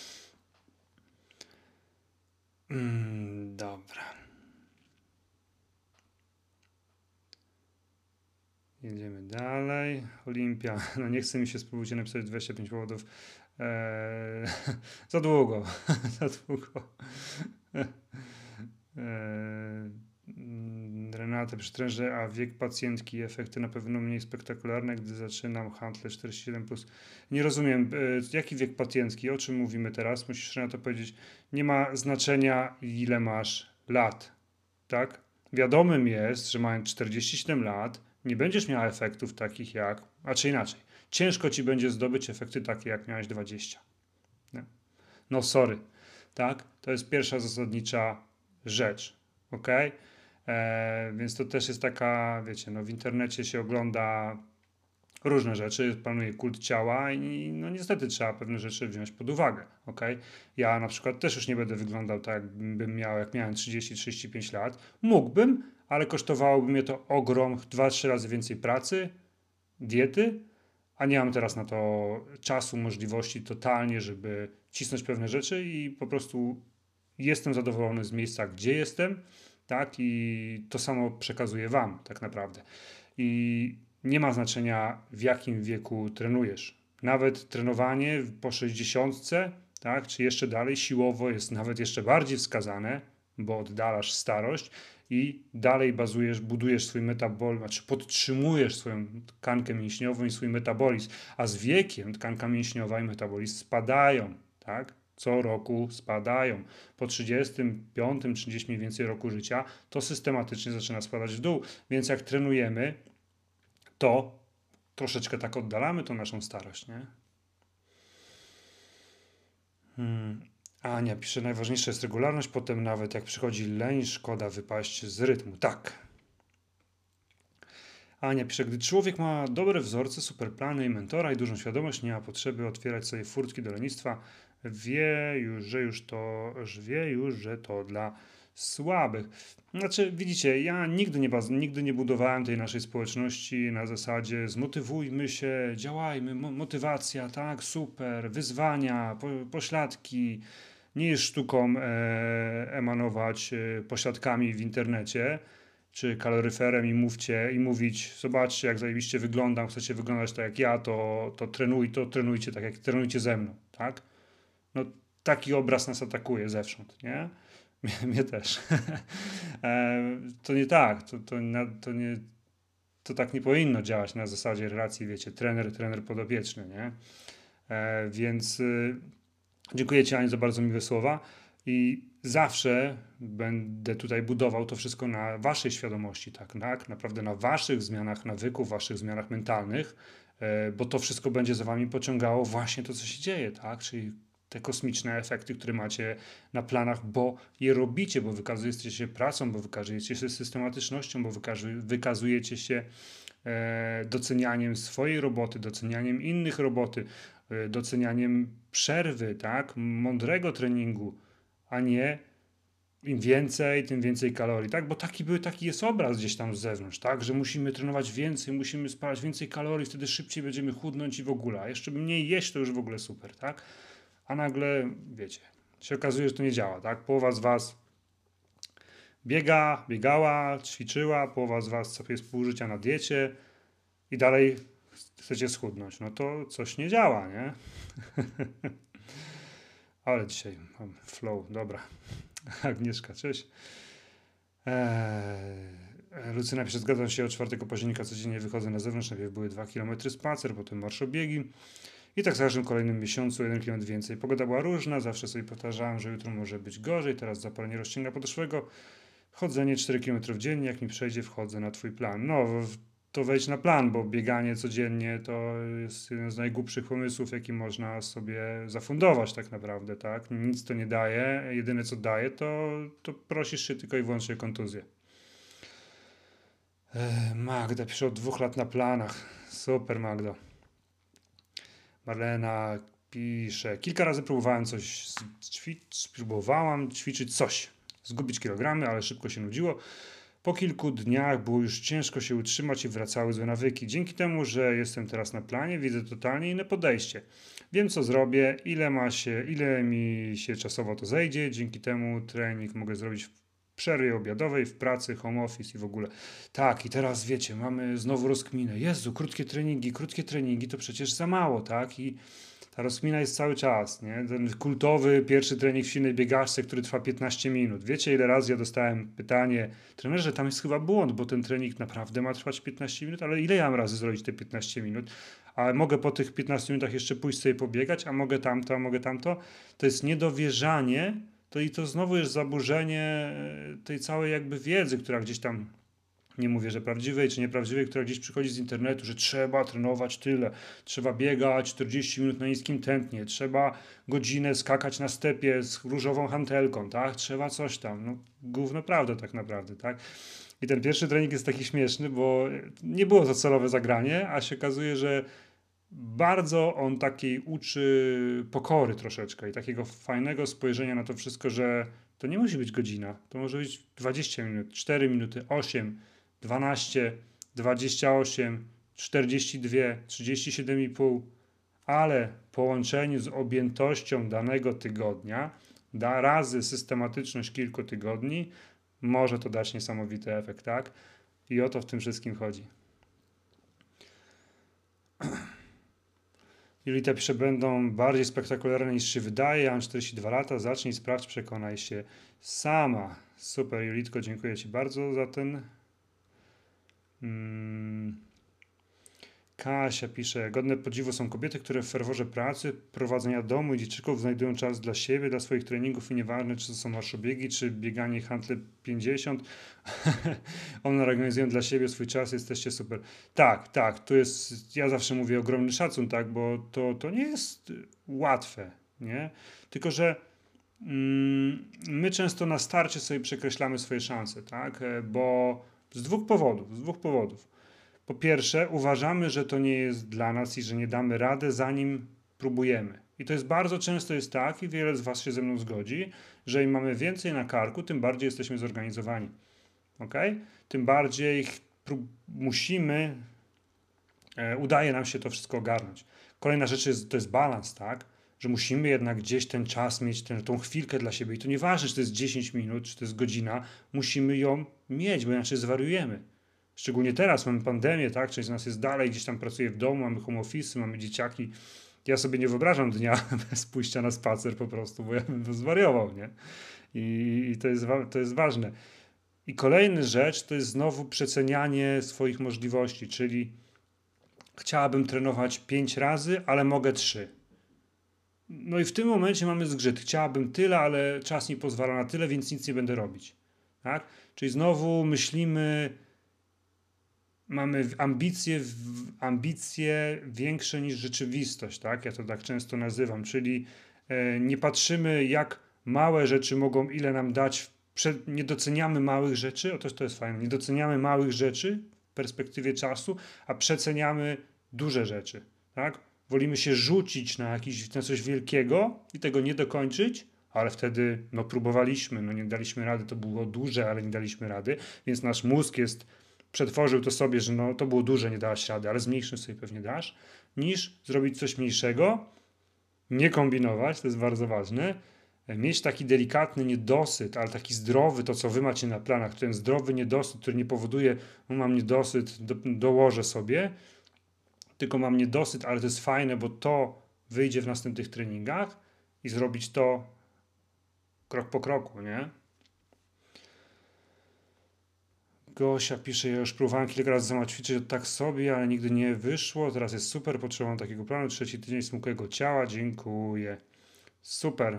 Mm, dobra. Jedziemy dalej. Olimpia. No nie chce mi się, spróbujcie napisać dwadzieścia pięć powodów. Eee, za długo. za długo. eee, Renata przy trenerze, a wiek pacjentki, efekty na pewno mniej spektakularne, gdy zaczynam handle czterdzieści siedem plus. Nie rozumiem, e, jaki wiek pacjentki, o czym mówimy teraz? Musisz, Renata, powiedzieć, nie ma znaczenia, ile masz lat, tak? Wiadomym jest, że mając czterdzieści siedem lat, nie będziesz miał efektów takich jak, a czy inaczej, ciężko ci będzie zdobyć efekty takie jak miałeś dwadzieścia. Nie? No sorry, tak? To jest pierwsza zasadnicza rzecz, ok? E, więc to też jest taka, wiecie, no w internecie się ogląda różne rzeczy, panuje kult ciała i no niestety trzeba pewne rzeczy wziąć pod uwagę, ok? Ja na przykład też już nie będę wyglądał tak, jakbym miał, jak miałem trzydzieści trzydzieści pięć lat. Mógłbym, ale kosztowałoby mnie to ogrom, dwa trzy razy więcej pracy, diety, a nie mam teraz na to czasu, możliwości totalnie, żeby cisnąć pewne rzeczy i po prostu jestem zadowolony z miejsca, gdzie jestem, tak? I to samo przekazuję wam tak naprawdę. I nie ma znaczenia, w jakim wieku trenujesz. Nawet trenowanie po sześćdziesiątce, tak, czy jeszcze dalej siłowo jest nawet jeszcze bardziej wskazane, bo oddalasz starość i dalej bazujesz, budujesz swój metabolizm, znaczy podtrzymujesz swoją tkankę mięśniową i swój metabolizm, a z wiekiem tkanka mięśniowa i metabolizm spadają, tak? Co roku spadają. Po trzydziestym piątym, czy gdzieś mniej więcej roku życia to systematycznie zaczyna spadać w dół. Więc jak trenujemy, to troszeczkę tak oddalamy tą naszą starość, nie? Hmm. Ania pisze, najważniejsza jest regularność, potem nawet jak przychodzi leń, szkoda wypaść z rytmu. Tak. Ania pisze, gdy człowiek ma dobre wzorce, super plany i mentora i dużą świadomość, nie ma potrzeby otwierać sobie furtki do lenistwa, wie już, że już to, że wie już, że to dla słabych. Znaczy, widzicie, ja nigdy nie, baz- nigdy nie budowałem tej naszej społeczności na zasadzie zmotywujmy się, działajmy, mo- motywacja, tak, super, wyzwania, po- pośladki. Nie jest sztuką e, emanować e, pośladkami w internecie. czy kaloryferem i mówcie i mówić, zobaczcie jak zajebiście wyglądam, chcecie wyglądać tak jak ja, to, to trenuj, to trenujcie tak jak trenujcie ze mną, tak? No taki obraz nas atakuje zewsząd, nie? Mnie, mnie też. E, to nie tak, to, to, na- to nie, to tak nie powinno działać na zasadzie relacji, wiecie, trener, trener podopieczny, nie? E, więc y, dziękuję Ci, Aniu, za bardzo miłe słowa i zawsze będę tutaj budował to wszystko na Waszej świadomości, tak, tak? Naprawdę na Waszych zmianach nawyków, Waszych zmianach mentalnych, e, bo to wszystko będzie za Wami pociągało właśnie to, co się dzieje, tak? Czyli te kosmiczne efekty, które macie na planach, bo je robicie, bo wykazujecie się pracą, bo wykazujecie się systematycznością, bo wykazu- wykazujecie się e, docenianiem swojej roboty, docenianiem innych roboty, e, docenianiem przerwy, tak, mądrego treningu, a nie im więcej, tym więcej kalorii, tak, bo taki, był, taki jest obraz gdzieś tam z zewnątrz, tak, że musimy trenować więcej, musimy spalać więcej kalorii, wtedy szybciej będziemy chudnąć i w ogóle, a jeszcze mniej jeść to już w ogóle super, tak, a nagle, wiecie, się okazuje, że to nie działa, tak, połowa z was biega, biegała, ćwiczyła, połowa z was sobie jest pół życia na diecie i dalej chcecie schudnąć. No to coś nie działa, nie? Ale dzisiaj mam flow, dobra. Agnieszka, cześć. Eee, Lucyna pisze, zgadzam się, od czwartego października codziennie wychodzę na zewnątrz, najpierw były dwa kilometry spacer, potem marszobiegi i tak w każdym kolejnym miesiącu jeden kilometr więcej. Pogoda była różna, zawsze sobie powtarzałem, że jutro może być gorzej, teraz zapalenie rozciąga podeszłego. Chodzenie cztery kilometry dziennie, jak mi przejdzie, wchodzę na twój plan. No, to wejdź na plan, bo bieganie codziennie to jest jeden z najgłupszych pomysłów, jaki można sobie zafundować tak naprawdę, tak? Nic to nie daje, jedyne co daje, to, to prosisz się tylko i wyłącznie o kontuzję. Ech, Magda pisze od dwóch lat na planach. Super, Magdo. Marlena pisze, kilka razy próbowałem coś ćwiczyć, próbowałam ćwiczyć coś, zgubić kilogramy, ale szybko się nudziło. Po kilku dniach było już ciężko się utrzymać i wracały złe nawyki. Dzięki temu, że jestem teraz na planie, widzę totalnie inne podejście. Wiem, co zrobię, ile ma się, ile mi się czasowo to zejdzie. Dzięki temu trening mogę zrobić w przerwie obiadowej, w pracy, home office i w ogóle. Tak, i teraz wiecie, mamy znowu rozkminę. Jezu, krótkie treningi, krótkie treningi to przecież za mało, tak? I ta rozkmina jest cały czas, nie? Ten kultowy pierwszy trening w silnej biegaczce, który trwa piętnaście minut. Wiecie, ile razy ja dostałem pytanie, trenerze, tam jest chyba błąd, bo ten trening naprawdę ma trwać piętnaście minut, ale ile ja mam razy zrobić te piętnaście minut? A mogę po tych piętnastu minutach jeszcze pójść sobie pobiegać, a mogę tamto, a mogę tamto? To jest niedowierzanie, to i to znowu jest zaburzenie e, tej całej jakby wiedzy, która gdzieś tam, nie mówię, że prawdziwej czy nieprawdziwej, która gdzieś przychodzi z internetu, że trzeba trenować tyle, trzeba biegać czterdzieści minut na niskim tętnie, trzeba godzinę skakać na stepie z różową hantelką, tak? Trzeba coś tam. No, gówno prawda tak naprawdę, tak? I ten pierwszy trening jest taki śmieszny, bo nie było to celowe zagranie, a się okazuje, że bardzo on takiej uczy pokory troszeczkę i takiego fajnego spojrzenia na to wszystko, że to nie musi być godzina, to może być dwadzieścia minut, cztery minuty, osiem, dwanaście, dwadzieścia osiem, czterdzieści dwa, trzydzieści siedem i pół, ale w połączeniu z objętością danego tygodnia, da razy systematyczność kilku tygodni, może to dać niesamowity efekt, tak? I o to w tym wszystkim chodzi. Julita pisze, będą bardziej spektakularne niż się wydaje. Ja mam czterdzieści dwa lata, zacznij, sprawdź, przekonaj się sama. Super, Julitko, dziękuję Ci bardzo za ten... Hmm. Kasia pisze, godne podziwu są kobiety, które w ferworze pracy, prowadzenia domu i dzieciaków znajdują czas dla siebie, dla swoich treningów i nieważne, czy to są marszobiegi, czy bieganie handle pięćdziesiąt. One organizują dla siebie swój czas, jesteście super. Tak, tak, to jest, ja zawsze mówię ogromny szacun, tak, bo to, to nie jest łatwe, nie? Tylko, że mm, my często na starcie sobie przekreślamy swoje szanse, tak, bo z dwóch powodów, z dwóch powodów. Po pierwsze, uważamy, że to nie jest dla nas i że nie damy rady, zanim próbujemy. I to jest bardzo często jest tak, i wiele z Was się ze mną zgodzi, że im mamy więcej na karku, tym bardziej jesteśmy zorganizowani. Ok? Tym bardziej prób- musimy, e, udaje nam się to wszystko ogarnąć. Kolejna rzecz jest, to jest balans, tak? Że musimy jednak gdzieś ten czas mieć, tę tą chwilkę dla siebie. I to nieważne, czy to jest dziesięć minut, czy to jest godzina, musimy ją mieć, bo inaczej zwariujemy. Szczególnie teraz mamy pandemię, tak? Część z nas jest dalej, gdzieś tam pracuje w domu, mamy home office, mamy dzieciaki. Ja sobie nie wyobrażam dnia bez pójścia na spacer po prostu, bo ja bym zwariował, nie? I, i to, jest, to jest ważne. I kolejna rzecz to jest znowu przecenianie swoich możliwości, czyli chciałabym trenować pięć razy, ale mogę trzy. No i w tym momencie mamy zgrzyt. Chciałabym tyle, ale czas nie pozwala na tyle, więc nic nie będę robić. Tak? Czyli znowu myślimy, mamy ambicje, ambicje większe niż rzeczywistość. Tak? Ja to tak często nazywam. Czyli e, nie patrzymy, jak małe rzeczy mogą, ile nam dać. Przed, nie doceniamy małych rzeczy. Otóż to jest fajne. Nie doceniamy małych rzeczy w perspektywie czasu, a przeceniamy duże rzeczy. Tak? Wolimy się rzucić na, jakiś, na coś wielkiego i tego nie dokończyć, ale wtedy no, próbowaliśmy, no nie daliśmy rady, to było duże, ale nie daliśmy rady, więc nasz mózg jest, przetworzył to sobie, że no, to było duże, nie dałaś rady, ale zmniejszysz sobie pewnie dasz, niż zrobić coś mniejszego, nie kombinować, to jest bardzo ważne, mieć taki delikatny niedosyt, ale taki zdrowy, to co wy macie na planach, ten zdrowy niedosyt, który nie powoduje, no mam niedosyt, do, dołożę sobie, tylko mam niedosyt, ale to jest fajne, bo to wyjdzie w następnych treningach i zrobić to krok po kroku, nie? Gosia pisze, ja już próbowałem kilka razy sama ćwiczyć tak sobie, ale nigdy nie wyszło, teraz jest super, potrzebowałem takiego planu, trzeci tydzień smukłego ciała, dziękuję. Super.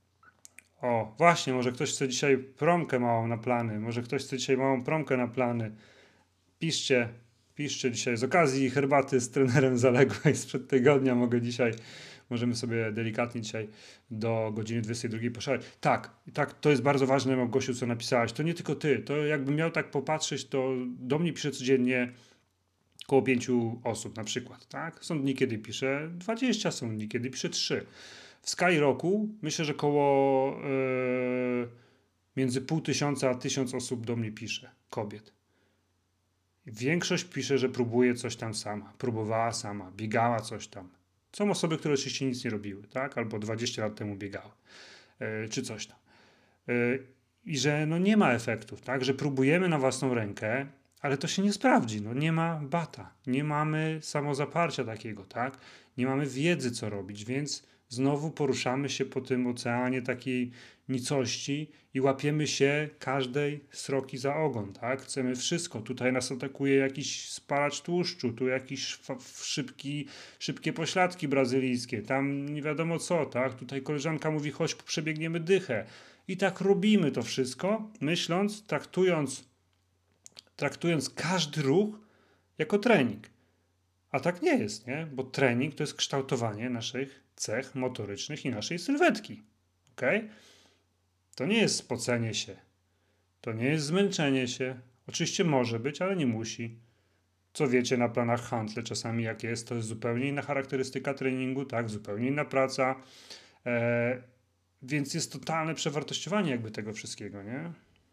O, właśnie, może ktoś chce dzisiaj promkę małą na plany, może ktoś chce dzisiaj małą promkę na plany. Piszcie. Piszcie dzisiaj z okazji herbaty z trenerem zaległej sprzed tygodnia. Mogę dzisiaj, możemy sobie delikatnie dzisiaj do godziny dwudziestej drugiej poszaleć. Tak, tak, to jest bardzo ważne, Małgosiu, co napisałaś. To nie tylko ty. To jakbym miał tak popatrzeć, to do mnie pisze codziennie około pięciu osób na przykład. Tak? Są dni, kiedy piszę dwadzieścia, są dni, kiedy piszę trzy. W skali roku myślę, że około yy, między pół tysiąca a tysiąc osób do mnie pisze, kobiet. Większość pisze, że próbuje coś tam sama, próbowała sama, biegała coś tam. Są osoby, które oczywiście nic nie robiły, tak? Albo dwadzieścia lat temu biegały, yy, czy coś tam. Yy, I że no nie ma efektów, tak? Że próbujemy na własną rękę, ale to się nie sprawdzi. No nie ma bata, nie mamy samozaparcia takiego, tak? Nie mamy wiedzy, co robić, więc znowu poruszamy się po tym oceanie takiej nicości i łapiemy się każdej sroki za ogon, tak? Chcemy wszystko. Tutaj nas atakuje jakiś spalacz tłuszczu, tu jakiś szybki, szybkie pośladki brazylijskie, tam nie wiadomo co, tak? Tutaj koleżanka mówi, chodź, przebiegniemy dychę. I tak robimy to wszystko, myśląc, traktując, traktując każdy ruch jako trening. A tak nie jest, nie? Bo trening to jest kształtowanie naszych cech motorycznych i naszej sylwetki. Okay? To nie jest spocenie się. To nie jest zmęczenie się. Oczywiście może być, ale nie musi. Co wiecie na planach Hantle czasami jak jest, to jest zupełnie inna charakterystyka treningu, tak? Zupełnie inna praca. Eee, więc jest totalne przewartościowanie jakby tego wszystkiego, nie?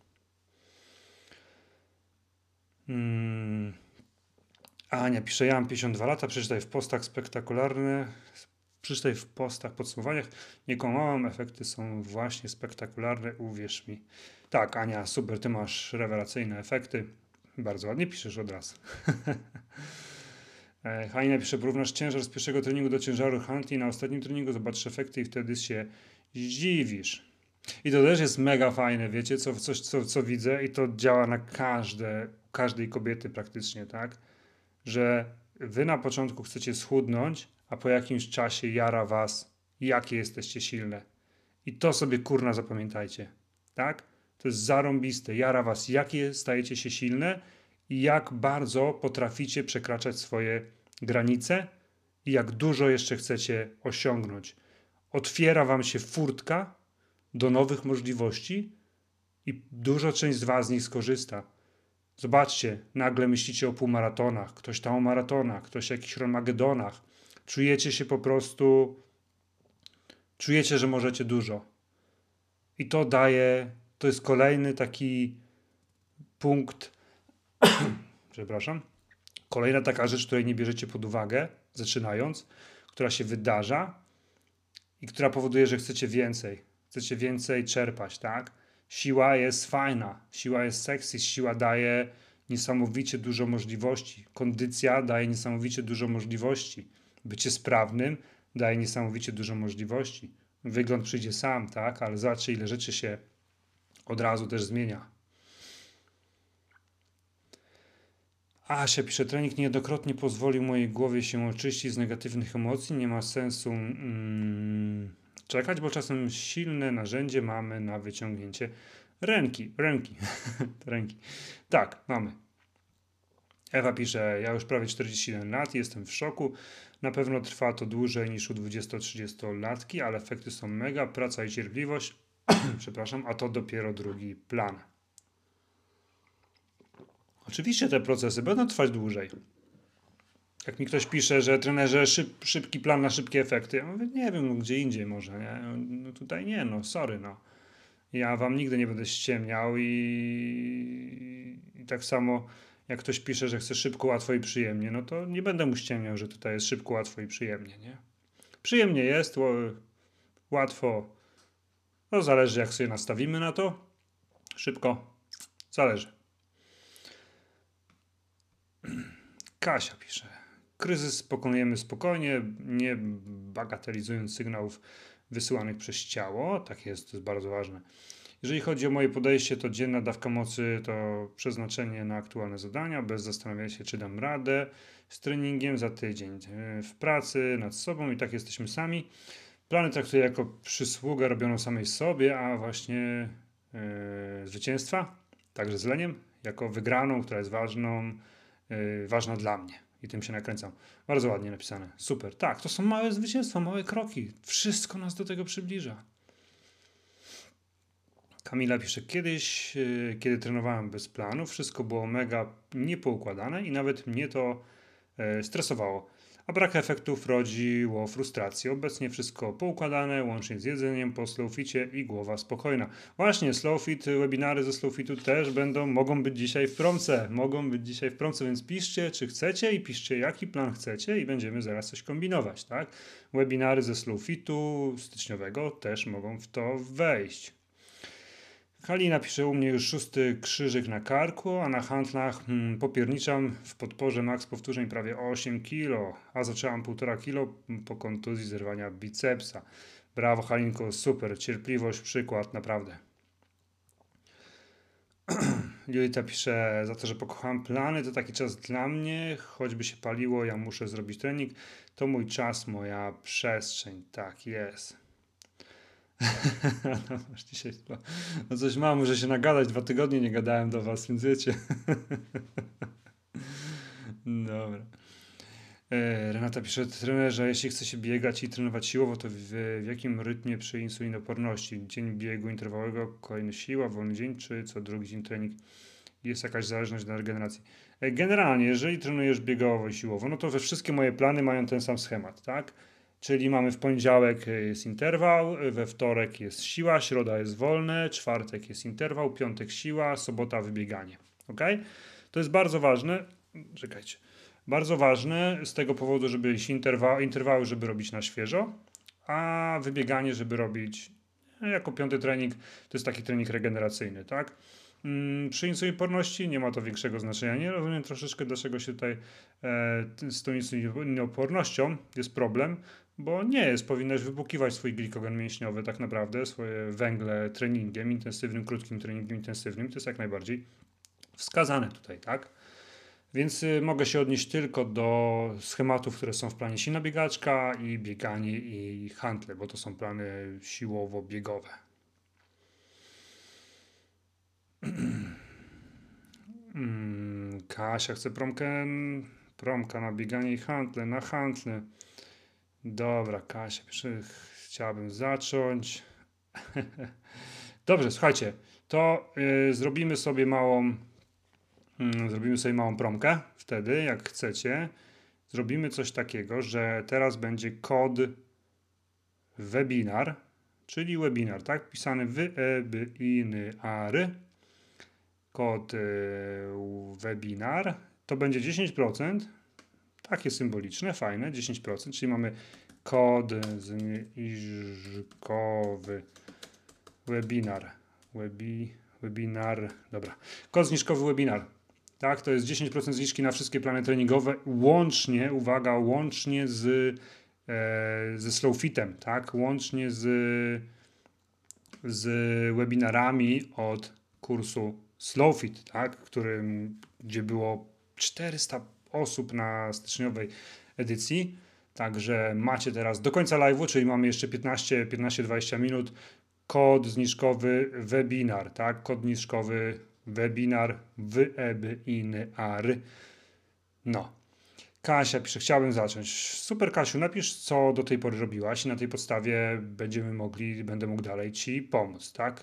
Hmm... Ania pisze, ja mam pięćdziesiąt dwa lata, przeczytaj w postach spektakularne, przeczytaj w postach, podsumowaniach, nie kłamałam, efekty są właśnie spektakularne, uwierz mi. Tak, Ania, super, ty masz rewelacyjne efekty, bardzo ładnie piszesz od razu. Ania pisze, porównasz ciężar z pierwszego treningu do ciężaru Huntli na ostatnim treningu, zobaczysz efekty i wtedy się zdziwisz. I to też jest mega fajne, wiecie, co, coś, co, co widzę i to działa na każde, każdej kobiety praktycznie, tak? Że wy na początku chcecie schudnąć, a po jakimś czasie jara was, jakie jesteście silne. I to sobie kurna zapamiętajcie. Tak? To jest zarąbiste. Jara was, jakie stajecie się silne i jak bardzo potraficie przekraczać swoje granice i jak dużo jeszcze chcecie osiągnąć. Otwiera wam się furtka do nowych możliwości i duża część z was z nich skorzysta. Zobaczcie, nagle myślicie o półmaratonach, ktoś tam o maratonach, ktoś o jakichś Armagedonach. Czujecie się po prostu, czujecie, że możecie dużo. I to daje, to jest kolejny taki punkt, przepraszam, kolejna taka rzecz, której nie bierzecie pod uwagę, zaczynając, która się wydarza i która powoduje, że chcecie więcej. Chcecie więcej czerpać, tak? Siła jest fajna, siła jest sexy, siła daje niesamowicie dużo możliwości. Kondycja daje niesamowicie dużo możliwości. Bycie sprawnym daje niesamowicie dużo możliwości. Wygląd przyjdzie sam, tak? Ale zobaczcie, ile rzeczy się od razu też zmienia. Asia pisze, trening niejednokrotnie pozwolił mojej głowie się oczyścić z negatywnych emocji. Nie ma sensu mm, czekać, bo czasem silne narzędzie mamy na wyciągnięcie ręki. Ręki. ręki. Tak, mamy. Ewa pisze, ja już prawie czterdzieści jeden lat, jestem w szoku. Na pewno trwa to dłużej niż u dwudziesto-trzydziestolatki, ale efekty są mega, praca i cierpliwość, przepraszam, a to dopiero drugi plan. Oczywiście te procesy będą trwać dłużej. Jak mi ktoś pisze, że trenerze szyb, szybki plan na szybkie efekty, ja mówię, nie wiem, no, gdzie indziej może, nie? No tutaj nie, no sorry, no. Ja wam nigdy nie będę ściemniał i, i tak samo jak ktoś pisze, że chce szybko, łatwo i przyjemnie, no to nie będę mu ściemniał, że tutaj jest szybko, łatwo i przyjemnie, nie? Przyjemnie jest, łatwo, no zależy jak sobie nastawimy na to, szybko, zależy. Kasia pisze, kryzys pokonujemy spokojnie, nie bagatelizując sygnałów wysyłanych przez ciało, tak jest, to jest bardzo ważne. Jeżeli chodzi o moje podejście, to dzienna dawka mocy to przeznaczenie na aktualne zadania, bez zastanawiania się, czy dam radę z treningiem za tydzień. W pracy, nad sobą i tak jesteśmy sami. Plany traktuję jako przysługę robioną samej sobie, a właśnie yy, zwycięstwa, także z leniem, jako wygraną, która jest ważną, yy, ważna dla mnie. I tym się nakręcam. Bardzo ładnie napisane. Super. Tak, to są małe zwycięstwa, małe kroki. Wszystko nas do tego przybliża. Kamila pisze, kiedyś, yy, kiedy trenowałem bez planu, wszystko było mega niepoukładane i nawet mnie to yy, stresowało. A brak efektów rodziło frustrację. Obecnie wszystko poukładane, łącznie z jedzeniem po slowficie i głowa spokojna. Właśnie, slowfit, webinary ze slowfitu też będą, mogą być dzisiaj w promce. Mogą być dzisiaj w promce, więc piszcie, czy chcecie i piszcie, jaki plan chcecie i będziemy zaraz coś kombinować, tak? Webinary ze slowfitu styczniowego też mogą w to wejść. Halina pisze, u mnie już szósty krzyżyk na karku, a na handlach hmm, popierniczam w podporze max powtórzeń prawie osiem kilo, a zaczęłam półtora kilo po kontuzji zerwania bicepsa. Brawo Halinko, super, cierpliwość, przykład, naprawdę. Julita pisze, za to, że pokochałam plany, to taki czas dla mnie, choćby się paliło, ja muszę zrobić trening, to mój czas, moja przestrzeń, tak jest. No, masz dzisiaj no coś mam, muszę się nagadać, dwa tygodnie nie gadałem do was, więc wiecie. Dobra. E, Renata pisze, trenerze, jeśli chce się biegać i trenować siłowo, to w, w jakim rytmie przy insulinoporności? Dzień biegu interwałowego, kolejny siła, wolny dzień, czy co drugi dzień trening? Jest jakaś zależność na regeneracji? E, generalnie, jeżeli trenujesz biegowo i siłowo, no to we wszystkie moje plany mają ten sam schemat, tak? Czyli mamy w poniedziałek jest interwał, we wtorek jest siła, środa jest wolne, czwartek jest interwał, piątek siła, sobota wybieganie. Ok? To jest bardzo ważne. Czekajcie. Bardzo ważne z tego powodu, żeby iść interwa interwały, żeby robić na świeżo, a wybieganie, żeby robić jako piąty trening, to jest taki trening regeneracyjny, tak? Przy insulinoporności nie ma to większego znaczenia. Nie rozumiem troszeczkę, dlaczego się tutaj e, z tą insulinopornością jest problem, bo nie jest. Powinnaś wypłukiwać swój glikogen mięśniowy tak naprawdę, swoje węgle treningiem intensywnym, krótkim treningiem intensywnym. To jest jak najbardziej wskazane tutaj, tak? Więc y, mogę się odnieść tylko do schematów, które są w planie silna biegaczka i bieganie i handle, bo to są plany siłowo-biegowe. Kasia chce promkę, promka na bieganie i handle, na handle. Dobra, Kasia, chciałabym zacząć. Dobrze, słuchajcie, to y, zrobimy sobie małą, y, zrobimy sobie małą promkę wtedy, jak chcecie. Zrobimy coś takiego, że teraz będzie kod webinar, czyli webinar, tak? Pisany webinar. Kod y, webinar. To będzie dziesięć procent. Takie symboliczne, fajne, dziesięć procent, czyli mamy kod zniżkowy webinar webi, webinar, dobra. Kod zniżkowy webinar. Tak, to jest dziesięć procent zniżki na wszystkie plany treningowe, łącznie, uwaga, łącznie z, e, ze Slowfitem, tak, łącznie z, z webinarami od kursu Slowfit, tak, którym, gdzie było czterysta osób na styczniowej edycji. Także macie teraz do końca live'u, czyli mamy jeszcze piętnaście do dwudziestu minut, kod zniżkowy webinar, tak? Kod zniżkowy webinar, webinar. No. Kasia pisze, chciałbym zacząć. Super, Kasiu, napisz, co do tej pory robiłaś i na tej podstawie będziemy mogli, będę mógł dalej Ci pomóc, tak?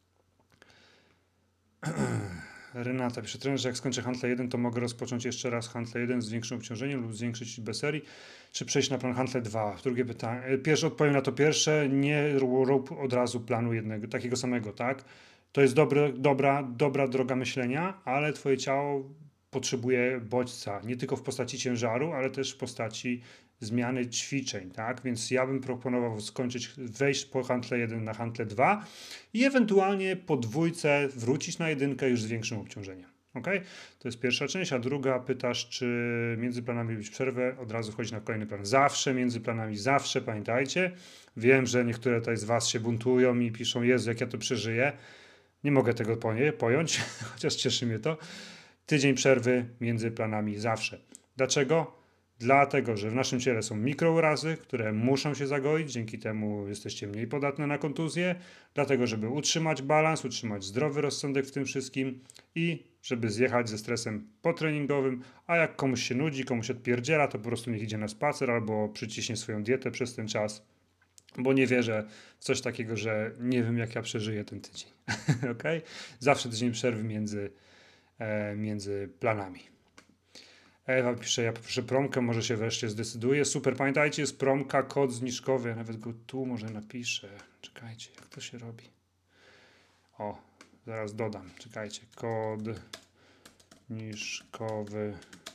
Renata pisze, trener, że jak skończę Handle jeden, to mogę rozpocząć jeszcze raz Handle jeden z większym obciążeniem lub zwiększyć liczbę serii, czy przejść na plan Handle dwa? Drugie pytanie. Pierwsze odpowiem na to pierwsze, nie rób od razu planu jednego, takiego samego, tak? To jest dobre, dobra, dobra droga myślenia, ale twoje ciało potrzebuje bodźca, nie tylko w postaci ciężaru, ale też w postaci zmiany ćwiczeń, tak? Więc ja bym proponował skończyć, wejść po Handle jeden na Handle dwa i ewentualnie po dwójce wrócić na jedynkę już z większym obciążeniem. Ok? To jest pierwsza część, a druga pytasz, czy między planami robić przerwę, od razu wchodzić na kolejny plan. Zawsze między planami, zawsze pamiętajcie. Wiem, że niektóre tutaj z Was się buntują i piszą, Jezu, jak ja to przeżyję. Nie mogę tego pojąć, chociaż cieszy mnie to. Tydzień przerwy między planami zawsze. Dlaczego? Dlatego, że w naszym ciele są mikrourazy, które muszą się zagoić, dzięki temu jesteście mniej podatne na kontuzje, dlatego, żeby utrzymać balans, utrzymać zdrowy rozsądek w tym wszystkim i żeby zjechać ze stresem potreningowym, a jak komuś się nudzi, komuś odpierdziela, to po prostu niech idzie na spacer albo przyciśnie swoją dietę przez ten czas, bo nie wierzę w coś takiego, że nie wiem, jak ja przeżyję ten tydzień. Okay? Zawsze tydzień przerwy między, e, między planami. Ewa pisze, ja poproszę promkę, może się wreszcie zdecyduje. Super, pamiętajcie, jest promka, kod zniżkowy, ja nawet go tu może napiszę. Czekajcie, jak to się robi. O, zaraz dodam, czekajcie, kod zniżkowy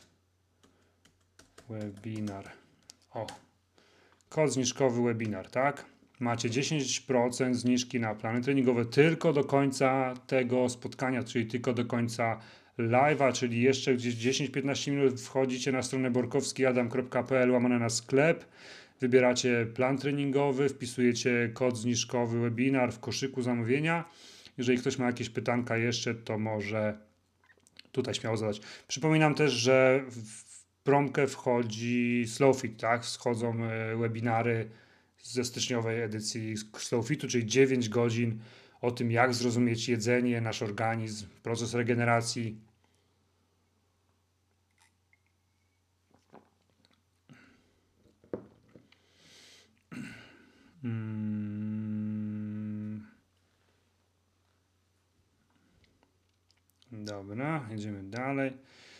webinar. O, kod zniżkowy webinar, tak? Macie dziesięć procent zniżki na plany treningowe tylko do końca tego spotkania, czyli tylko do końca live'a, czyli jeszcze gdzieś dziesięć do piętnastu minut wchodzicie na stronę borkowskiadam kropka p l łamane na sklep, wybieracie plan treningowy, wpisujecie kod zniżkowy webinar w koszyku zamówienia. Jeżeli ktoś ma jakieś pytanka jeszcze, to może tutaj śmiało zadać. Przypominam też, że w promkę wchodzi Slowfit, tak? Schodzą webinary ze styczniowej edycji Slowfitu, czyli dziewięć godzin o tym, jak zrozumieć jedzenie, nasz organizm, proces regeneracji. Hmm. Dobra, jedziemy dalej.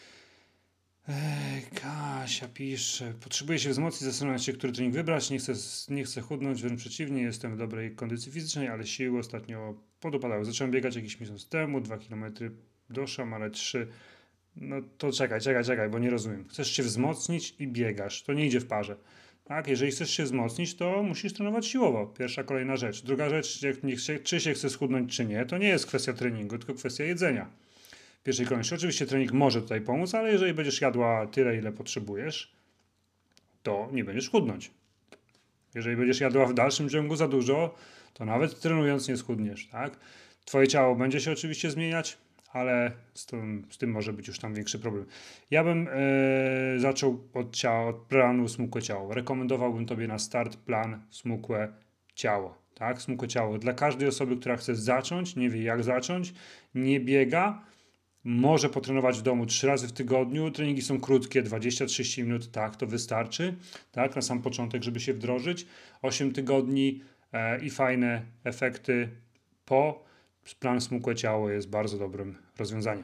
Ej, Kasia pisze, potrzebuję się wzmocnić, zastanawiać się, który trening wybrać, nie chcę, nie chcę chudnąć, wręcz przeciwnie, jestem w dobrej kondycji fizycznej, ale siły ostatnio podopadały. Zacząłem biegać jakiś miesiąc temu, dwa kilometry doszłam, ale trzy. No to czekaj, czekaj, czekaj, bo nie rozumiem. Chcesz się wzmocnić i biegasz, to nie idzie w parze. Tak, jeżeli chcesz się wzmocnić, to musisz trenować siłowo. Pierwsza, kolejna rzecz. Druga rzecz, jak nie chce, czy się chce schudnąć, czy nie, to nie jest kwestia treningu, tylko kwestia jedzenia. W pierwszej kolejności. Oczywiście trening może tutaj pomóc, ale jeżeli będziesz jadła tyle, ile potrzebujesz, to nie będziesz chudnąć. Jeżeli będziesz jadła w dalszym ciągu za dużo, to nawet trenując nie schudniesz, tak? Twoje ciało będzie się oczywiście zmieniać, ale z tym, z tym może być już tam większy problem. Ja bym yy, zaczął od ciała, od planu smukłe ciało. Rekomendowałbym tobie na start plan smukłe ciało, tak? Smukłe ciało. Dla każdej osoby, która chce zacząć, nie wie jak zacząć, nie biega, może potrenować w domu trzy razy w tygodniu. Treningi są krótkie, dwadzieścia do trzydziestu minut, tak, to wystarczy, tak, na sam początek, żeby się wdrożyć. osiem tygodni e, i fajne efekty po. Plan smukłe ciało jest bardzo dobrym rozwiązaniem.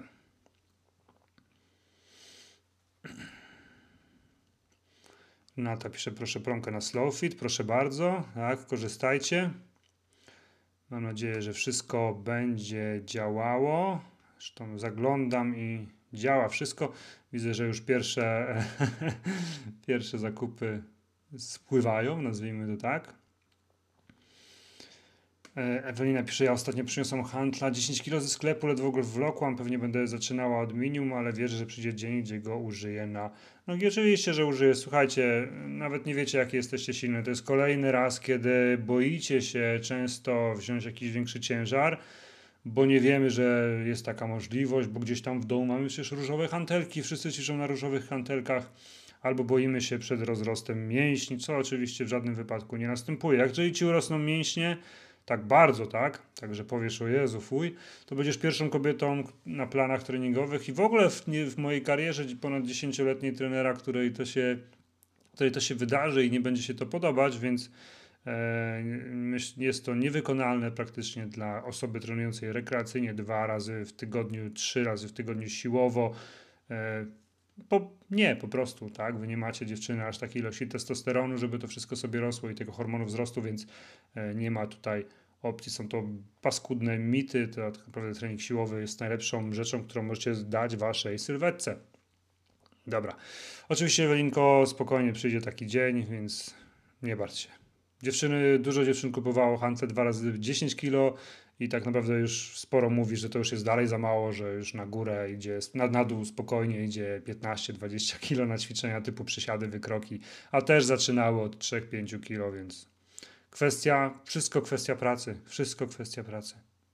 Nata pisze, proszę promkę na Slowfit, proszę bardzo, tak, korzystajcie. Mam nadzieję, że wszystko będzie działało. Zresztą zaglądam i działa wszystko. Widzę, że już pierwsze, pierwsze zakupy spływają, nazwijmy to tak. E, Ewelina pisze, ja ostatnio przyniosłam hantla, dziesięć kilo ze sklepu, ledwo go wlokłam, pewnie będę zaczynała od minimum, ale wierzę, że przyjdzie dzień, gdzie go użyję na nogi. Oczywiście, że użyję. Słuchajcie, nawet nie wiecie, jakie jesteście silne. To jest kolejny raz, kiedy boicie się często wziąć jakiś większy ciężar, bo nie wiemy, że jest taka możliwość, bo gdzieś tam w domu mamy przecież różowe hantelki, wszyscy ćwiczą na różowych hantelkach, albo boimy się przed rozrostem mięśni, co oczywiście w żadnym wypadku nie następuje. Jak jeżeli ci urosną mięśnie, tak bardzo, tak, także powiesz, o Jezu, fuj, to będziesz pierwszą kobietą na planach treningowych i w ogóle w, nie, w mojej karierze ponad dziesięcioletniej trenera, której to się, której to się wydarzy i nie będzie się to podobać, więc e, myśl, jest to niewykonalne praktycznie dla osoby trenującej rekreacyjnie dwa razy w tygodniu, trzy razy w tygodniu siłowo. E, po, nie, po prostu, tak, wy nie macie dziewczyny aż takiej ilości testosteronu, żeby to wszystko sobie rosło i tego hormonu wzrostu, więc e, nie ma tutaj opcji. Są to paskudne mity, to tak naprawdę trening siłowy jest najlepszą rzeczą, którą możecie dać waszej sylwetce. Dobra. Oczywiście, Ewelinko, spokojnie przyjdzie taki dzień, więc nie martw się. Dziewczyny, dużo dziewczyn kupowało hantle dwa razy dziesięć kilo i tak naprawdę już sporo mówi, że to już jest dalej za mało, że już na górę idzie, na, na dół spokojnie idzie piętnaście dwadzieścia kilo na ćwiczenia typu przysiady, wykroki, a też zaczynały od trzy pięć kilo, więc kwestia, wszystko kwestia pracy, wszystko kwestia pracy.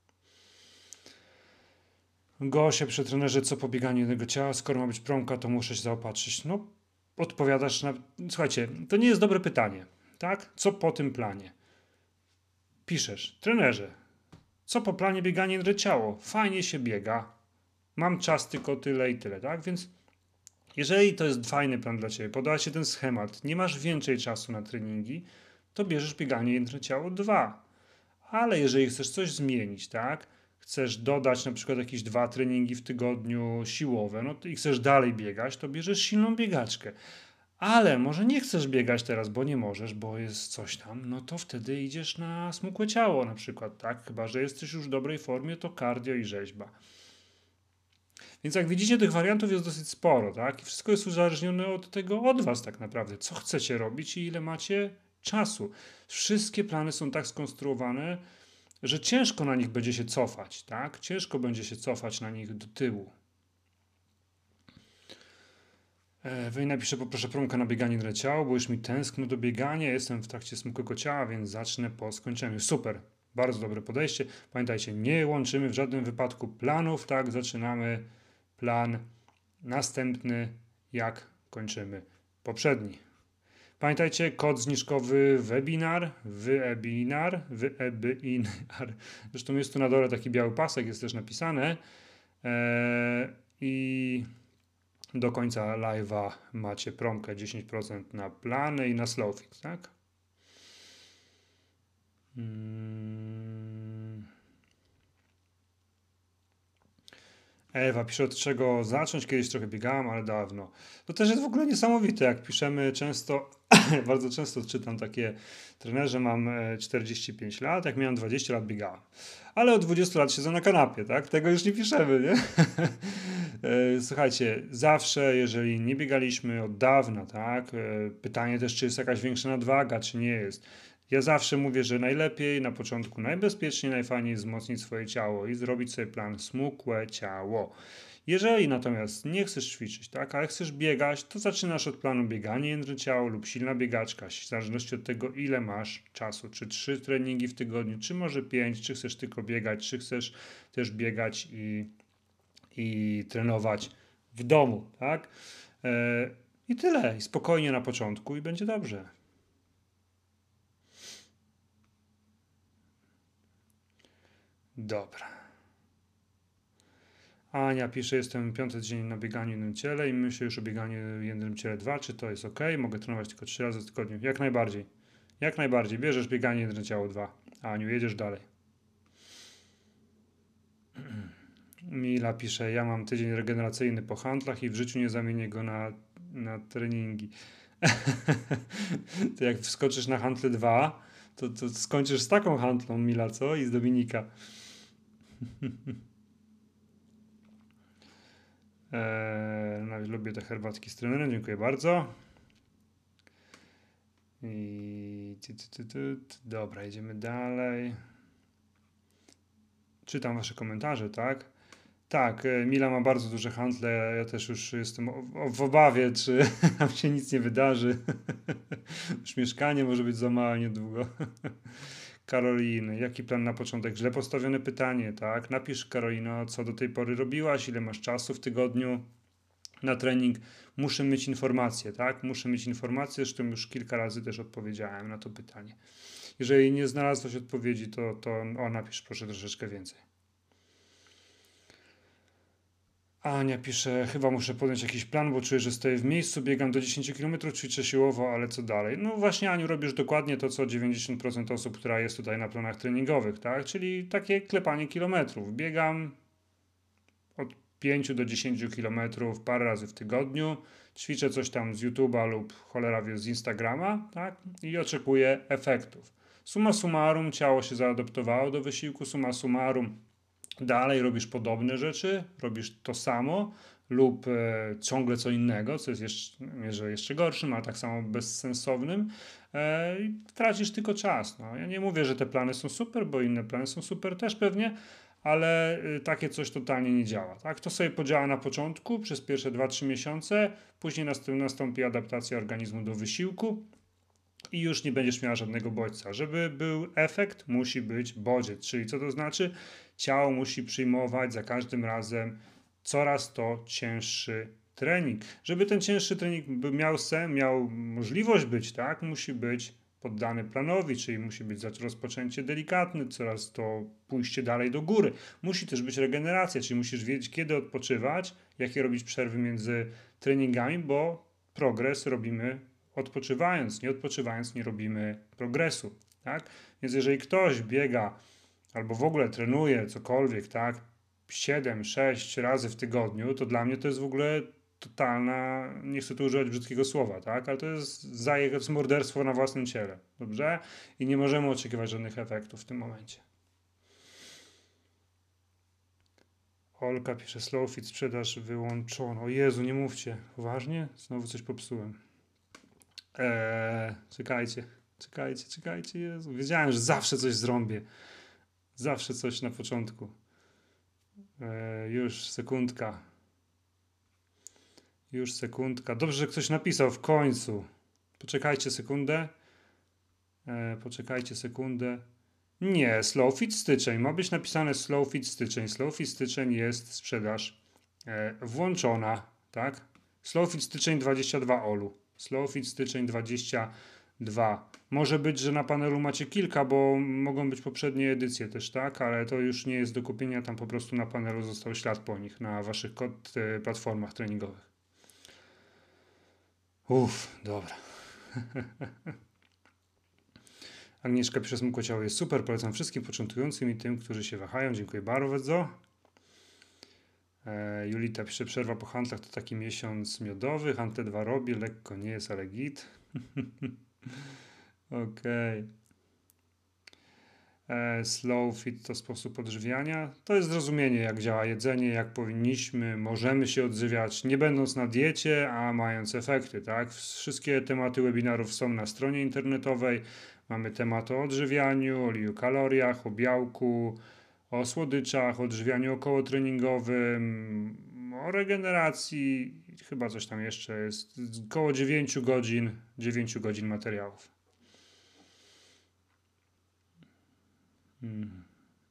Gosia przy trenerze, co po bieganiu jednego ciała, skoro ma być promka, to muszę się zaopatrzyć. No, odpowiadasz na... Słuchajcie, to nie jest dobre pytanie, tak? Co po tym planie? Piszesz, trenerze, co po planie bieganie jednego ciało? Fajnie się biega, mam czas tylko tyle i tyle, tak? Więc jeżeli to jest fajny plan dla ciebie, poda się ten schemat, nie masz więcej czasu na treningi, to bierzesz bieganie jedno ciało dwa. Ale jeżeli chcesz coś zmienić, tak? Chcesz dodać na przykład jakieś dwa treningi w tygodniu siłowe, no to i chcesz dalej biegać, to bierzesz silną biegaczkę. Ale może nie chcesz biegać teraz, bo nie możesz, bo jest coś tam, no to wtedy idziesz na smukłe ciało na przykład, tak? Chyba że jesteś już w dobrej formie, to cardio i rzeźba. Więc jak widzicie, tych wariantów jest dosyć sporo, tak? I wszystko jest uzależnione od tego, od was tak naprawdę, co chcecie robić i ile macie czasu. Wszystkie plany są tak skonstruowane, że ciężko na nich będzie się cofać, tak? Ciężko będzie się cofać na nich do tyłu. E, Wej napisze, poproszę promkę na bieganie dla ciała, bo już mi tęskno do biegania, jestem w trakcie smukłego ciała, więc zacznę po skończeniu. Super, bardzo dobre podejście. Pamiętajcie, nie łączymy w żadnym wypadku planów, tak? Zaczynamy plan następny, jak kończymy poprzedni. Pamiętajcie, kod zniżkowy webinar, webinar, webinar. Zresztą jest tu na dole taki biały pasek, jest też napisane. Eee, I do końca live'a macie promkę dziesięć procent na plany i na Slowfit, tak? Hmm. Ewa pisze, od czego zacząć. Kiedyś trochę biegałem, ale dawno. To też jest w ogóle niesamowite, jak piszemy często, bardzo często czytam takie trenerze, mam czterdzieści pięć lat, jak miałem dwadzieścia lat biegałem. Ale od dwudziestu lat siedzę na kanapie, tak? Tego już nie piszemy, nie? Słuchajcie, zawsze, jeżeli nie biegaliśmy od dawna, tak? Pytanie też, czy jest jakaś większa nadwaga, czy nie jest. Ja zawsze mówię, że najlepiej na początku, najbezpieczniej, najfajniej wzmocnić swoje ciało i zrobić sobie plan smukłe ciało. Jeżeli natomiast nie chcesz ćwiczyć, tak, ale chcesz biegać, to zaczynasz od planu bieganie jedno ciało lub silna biegaczka, w zależności od tego, ile masz czasu, czy trzy treningi w tygodniu, czy może pięć, czy chcesz tylko biegać, czy chcesz też biegać i, i trenować w domu, tak. E, I tyle, i spokojnie na początku i będzie dobrze. Dobra. Ania pisze, jestem piąty dzień na bieganiu jednym ciele i myślę już o bieganiu jednym ciele dwa. Czy to jest ok? Mogę trenować tylko trzy razy w tygodniu. Jak najbardziej. Jak najbardziej. Bierzesz bieganie jedno ciało dwa. Aniu, jedziesz dalej. Mila pisze, ja mam tydzień regeneracyjny po handlach i w życiu nie zamienię go na, na treningi. To jak wskoczysz na handle dwa, to, to skończysz z taką handlą, Mila, co? I z Dominika. Eee, no, lubię te herbatki z trenerem, dziękuję bardzo. I... Dobra, idziemy dalej. czytam wasze komentarze, tak? Tak, e, Mila ma bardzo duże handle, ja też już jestem o- o- w obawie, czy tam się nic nie wydarzy. Już mieszkanie może być za małe niedługo. Karoliny, jaki plan na początek? Źle postawione pytanie, tak? Napisz, Karolino, co do tej pory robiłaś, ile masz czasu w tygodniu na trening. Muszę mieć informacje, tak? Muszę mieć informacje, zresztą już kilka razy też odpowiedziałem na to pytanie. Jeżeli nie znalazłeś odpowiedzi, to, to o, napisz proszę troszeczkę więcej. Ania pisze, chyba muszę podjąć jakiś plan, bo czuję, że stoję w miejscu, biegam do dziesięć kilometrów, ćwiczę siłowo, ale co dalej? No właśnie, Aniu, robisz dokładnie to, co dziewięćdziesiąt procent osób, która jest tutaj na planach treningowych, tak? Czyli takie klepanie kilometrów. Biegam od pięć do dziesięciu kilometrów parę razy w tygodniu, ćwiczę coś tam z YouTube'a lub cholera wie z Instagrama, tak? I oczekuję efektów. Summa summarum, ciało się zaadoptowało do wysiłku, summa summarum, dalej robisz podobne rzeczy, robisz to samo lub e, ciągle co innego, co jest jeszcze, nie, że jeszcze gorszym, ale tak samo bezsensownym. E, i tracisz tylko czas. No. Ja nie mówię, że te plany są super, bo inne plany są super też pewnie, ale y, takie coś totalnie nie działa. Tak? To sobie podziała na początku przez pierwsze dwa trzy miesiące, później nastąpi, nastąpi adaptacja organizmu do wysiłku i już nie będziesz miała żadnego bodźca. Żeby był efekt, musi być bodziec, czyli co to znaczy? Ciało musi przyjmować za każdym razem coraz to cięższy trening. Żeby ten cięższy trening miał sen, miał możliwość być, tak, musi być poddany planowi, czyli musi być rozpoczęcie delikatne, coraz to pójście dalej do góry. Musi też być regeneracja, czyli musisz wiedzieć, kiedy odpoczywać, jakie robić przerwy między treningami, bo progres robimy odpoczywając. Nie odpoczywając nie robimy progresu, tak? Więc jeżeli ktoś biega albo w ogóle trenuje cokolwiek, tak, siedem sześć razy w tygodniu, to dla mnie to jest w ogóle totalna, nie chcę tu używać brzydkiego słowa, tak, ale to jest zaje, to jest morderstwo na własnym ciele, dobrze? I nie możemy oczekiwać żadnych efektów w tym momencie. Olka pisze, Slowfit sprzedaż wyłączono. O Jezu, nie mówcie. Poważnie? Znowu coś popsułem. Eee, czekajcie, czekajcie, czekajcie, Jezu. Wiedziałem, że zawsze coś zrąbię. Zawsze coś na początku. Eee, już, sekundka. Już, sekundka. Dobrze, że ktoś napisał w końcu. Poczekajcie sekundę. Eee, poczekajcie sekundę. Nie, Slowfit styczeń. Ma być napisane Slowfit styczeń. Slowfit styczeń jest sprzedaż e, włączona, tak? Slowfit styczeń dwadzieścia dwa Olu. Slowfit styczeń dwadzieścia dwa. Może być, że na panelu macie kilka, bo mogą być poprzednie edycje też, tak? Ale to już nie jest do kupienia, tam po prostu na panelu został ślad po nich na waszych kod, e, platformach treningowych. Uff, dobra. Agnieszka pisze, smukłe ciało jest super, polecam wszystkim początkującym i tym, którzy się wahają. Dziękuję bardzo. E, Julita pisze, przerwa po handlach to taki miesiąc miodowy, handle dwa robię, lekko nie jest, ale git. Okej. Okay. Slow fit to sposób odżywiania. To jest zrozumienie, jak działa jedzenie, jak powinniśmy, możemy się odżywiać, nie będąc na diecie, a mając efekty, tak? Wszystkie tematy webinarów są na stronie internetowej. Mamy temat o odżywianiu, o ilu kaloriach, o białku, o słodyczach, o odżywianiu okołotreningowym, o regeneracji, chyba coś tam jeszcze jest. Około dziewięć godzin, dziewięć godzin materiałów. Hmm.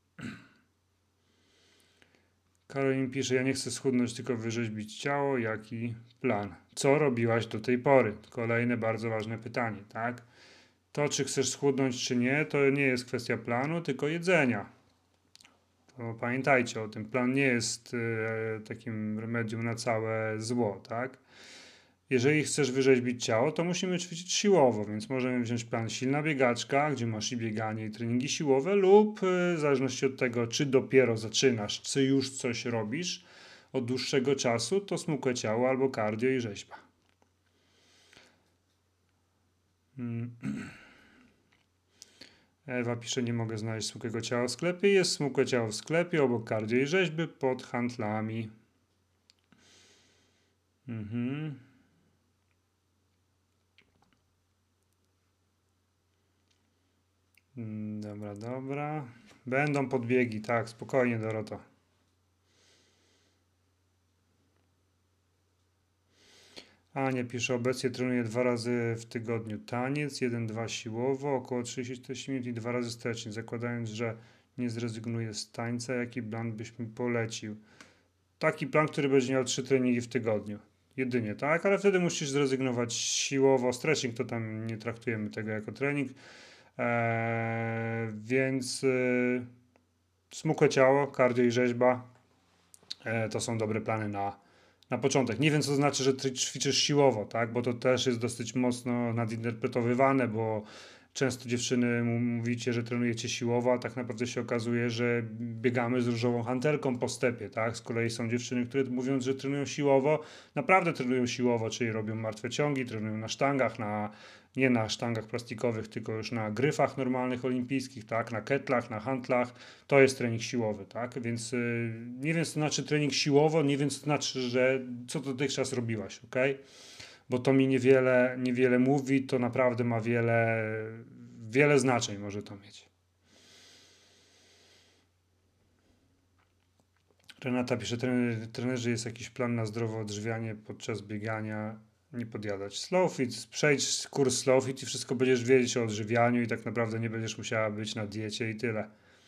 Karolin pisze, ja nie chcę schudnąć, tylko wyrzeźbić ciało. Jaki plan? Co robiłaś do tej pory? Kolejne bardzo ważne pytanie, tak? To, czy chcesz schudnąć, czy nie, to nie jest kwestia planu, tylko jedzenia. To pamiętajcie o tym. Plan nie jest e, takim remedium na całe zło, tak? Jeżeli chcesz wyrzeźbić ciało, to musimy ćwiczyć siłowo, więc możemy wziąć plan silna biegaczka, gdzie masz i bieganie, i treningi siłowe, lub w zależności od tego, czy dopiero zaczynasz, czy już coś robisz od dłuższego czasu, to smukłe ciało albo cardio i rzeźba. Hmm. Ewa pisze, nie mogę znaleźć smukłego ciała w sklepie. Jest smukłe ciało w sklepie, obok cardio i rzeźby, pod handlami. Mhm. Dobra, dobra. Będą podbiegi, tak, spokojnie, Dorota. Ania pisze, obecnie trenuję dwa razy w tygodniu taniec, jeden dwa siłowo, około trzydzieści do czterdziestu minut i dwa razy stretching, zakładając, że nie zrezygnuję z tańca. Jaki plan byś mi polecił? Taki plan, który będzie miał trzy treningi w tygodniu. Jedynie, tak? Ale wtedy musisz zrezygnować siłowo. Stretching to tam nie traktujemy tego jako trening. Eee, więc yy, smukłe ciało, cardio i rzeźba e, to są dobre plany na, na początek. Nie wiem, co to znaczy, że ty ćwiczysz siłowo, tak? Bo to też jest dosyć mocno nadinterpretowywane, bo często dziewczyny mówicie, że trenujecie siłowo, a tak naprawdę się okazuje, że biegamy z różową hantelką po stepie, tak? Z kolei są dziewczyny, które mówiąc, że trenują siłowo, naprawdę trenują siłowo, czyli robią martwe ciągi, trenują na sztangach, na, nie na sztangach plastikowych, tylko już na gryfach normalnych olimpijskich, tak? Na ketlach, na hantlach. To jest trening siłowy, tak? Więc yy, nie wiem, co to znaczy trening siłowo, nie wiem, co to znaczy, że co dotychczas robiłaś, ok? Bo to mi niewiele, niewiele mówi, to naprawdę ma wiele, wiele znaczeń może to mieć. Renata pisze, trener, trenerzy, jest jakiś plan na zdrowe odżywianie podczas biegania, nie podjadać. Slow fit, przejdź kurs slow fit i wszystko będziesz wiedzieć o odżywianiu i tak naprawdę nie będziesz musiała być na diecie i tyle.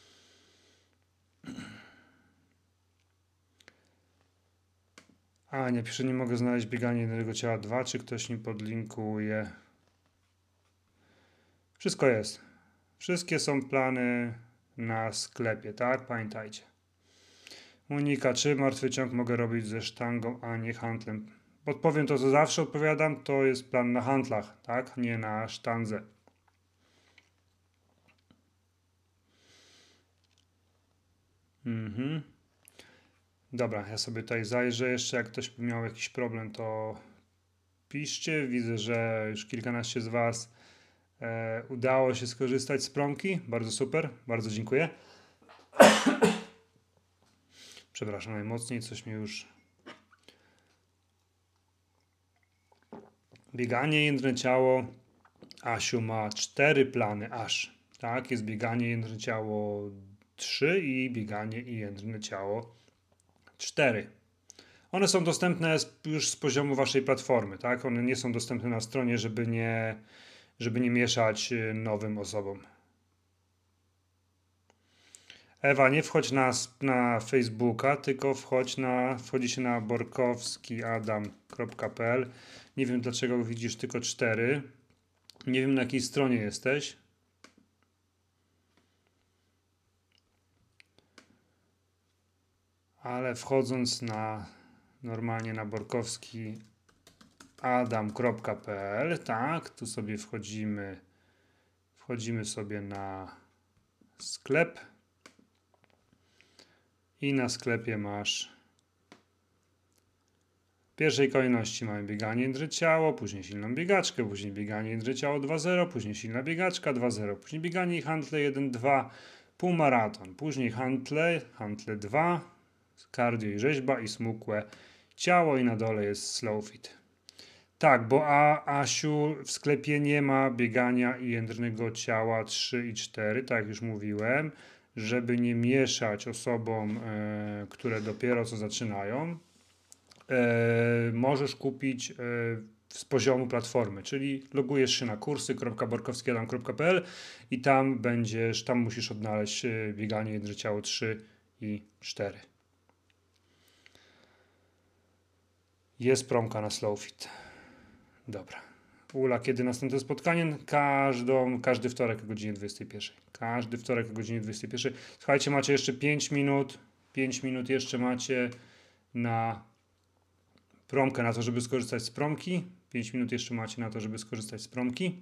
A, nie pisze, nie mogę znaleźć biegania jednego ciała dwa, czy ktoś mi podlinkuje. Wszystko jest. Wszystkie są plany na sklepie, tak? Pamiętajcie. Monika, czy martwy ciąg mogę robić ze sztangą, a nie handlem? Odpowiem to, co zawsze odpowiadam, to jest plan na handlach, tak? Nie na sztandze. Mhm. Dobra, ja sobie tutaj zajrzę jeszcze, jak ktoś by miał jakiś problem, to piszcie. Widzę, że już kilkanaście z Was e, udało się skorzystać z promki. Bardzo super, bardzo dziękuję. Przepraszam najmocniej, coś mnie już... Bieganie, jędrne ciało. Asiu ma cztery plany aż. Tak, jest bieganie, jędrne ciało trzy i bieganie i jędrne ciało cztery. One są dostępne już z poziomu waszej platformy, tak? One nie są dostępne na stronie, żeby nie, żeby nie mieszać nowym osobom. Ewa, nie wchodź na, na Facebooka, tylko wchodź na, wchodzi się na borkowski adam kropka p l. Nie wiem, dlaczego widzisz tylko cztery. Nie wiem, na jakiej stronie jesteś. Ale wchodząc na normalnie na borkowski adam kropka p l, tak, tu sobie wchodzimy, wchodzimy sobie na sklep i na sklepie masz w pierwszej kolejności mamy bieganie jędrne ciało, później silną biegaczkę, później bieganie jędrne ciało dwa zero, później silna biegaczka dwa zero, później bieganie i hantle jeden dwa, półmaraton, później hantle, hantle dwa, cardio i rzeźba i smukłe ciało i na dole jest slow fit. Tak, bo A, Asiu w sklepie nie ma biegania i jędrnego ciała trzy i cztery, tak jak już mówiłem, żeby nie mieszać osobom, e, które dopiero co zaczynają. E, możesz kupić e, z poziomu platformy, czyli logujesz się na kursy kropka borkowski adam kropka p l i tam będziesz, tam musisz odnaleźć e, bieganie jędrne ciało trzy i cztery. Jest promka na Slowfit. Dobra. Ula, kiedy następne spotkanie? Każdą, każdy wtorek o godzinie dwudziestej pierwszej. Każdy wtorek o godzinie dwudziestej pierwszej. Słuchajcie, macie jeszcze pięć minut. pięć minut jeszcze macie na promkę, na to, żeby skorzystać z promki. pięć minut jeszcze macie na to, żeby skorzystać z promki.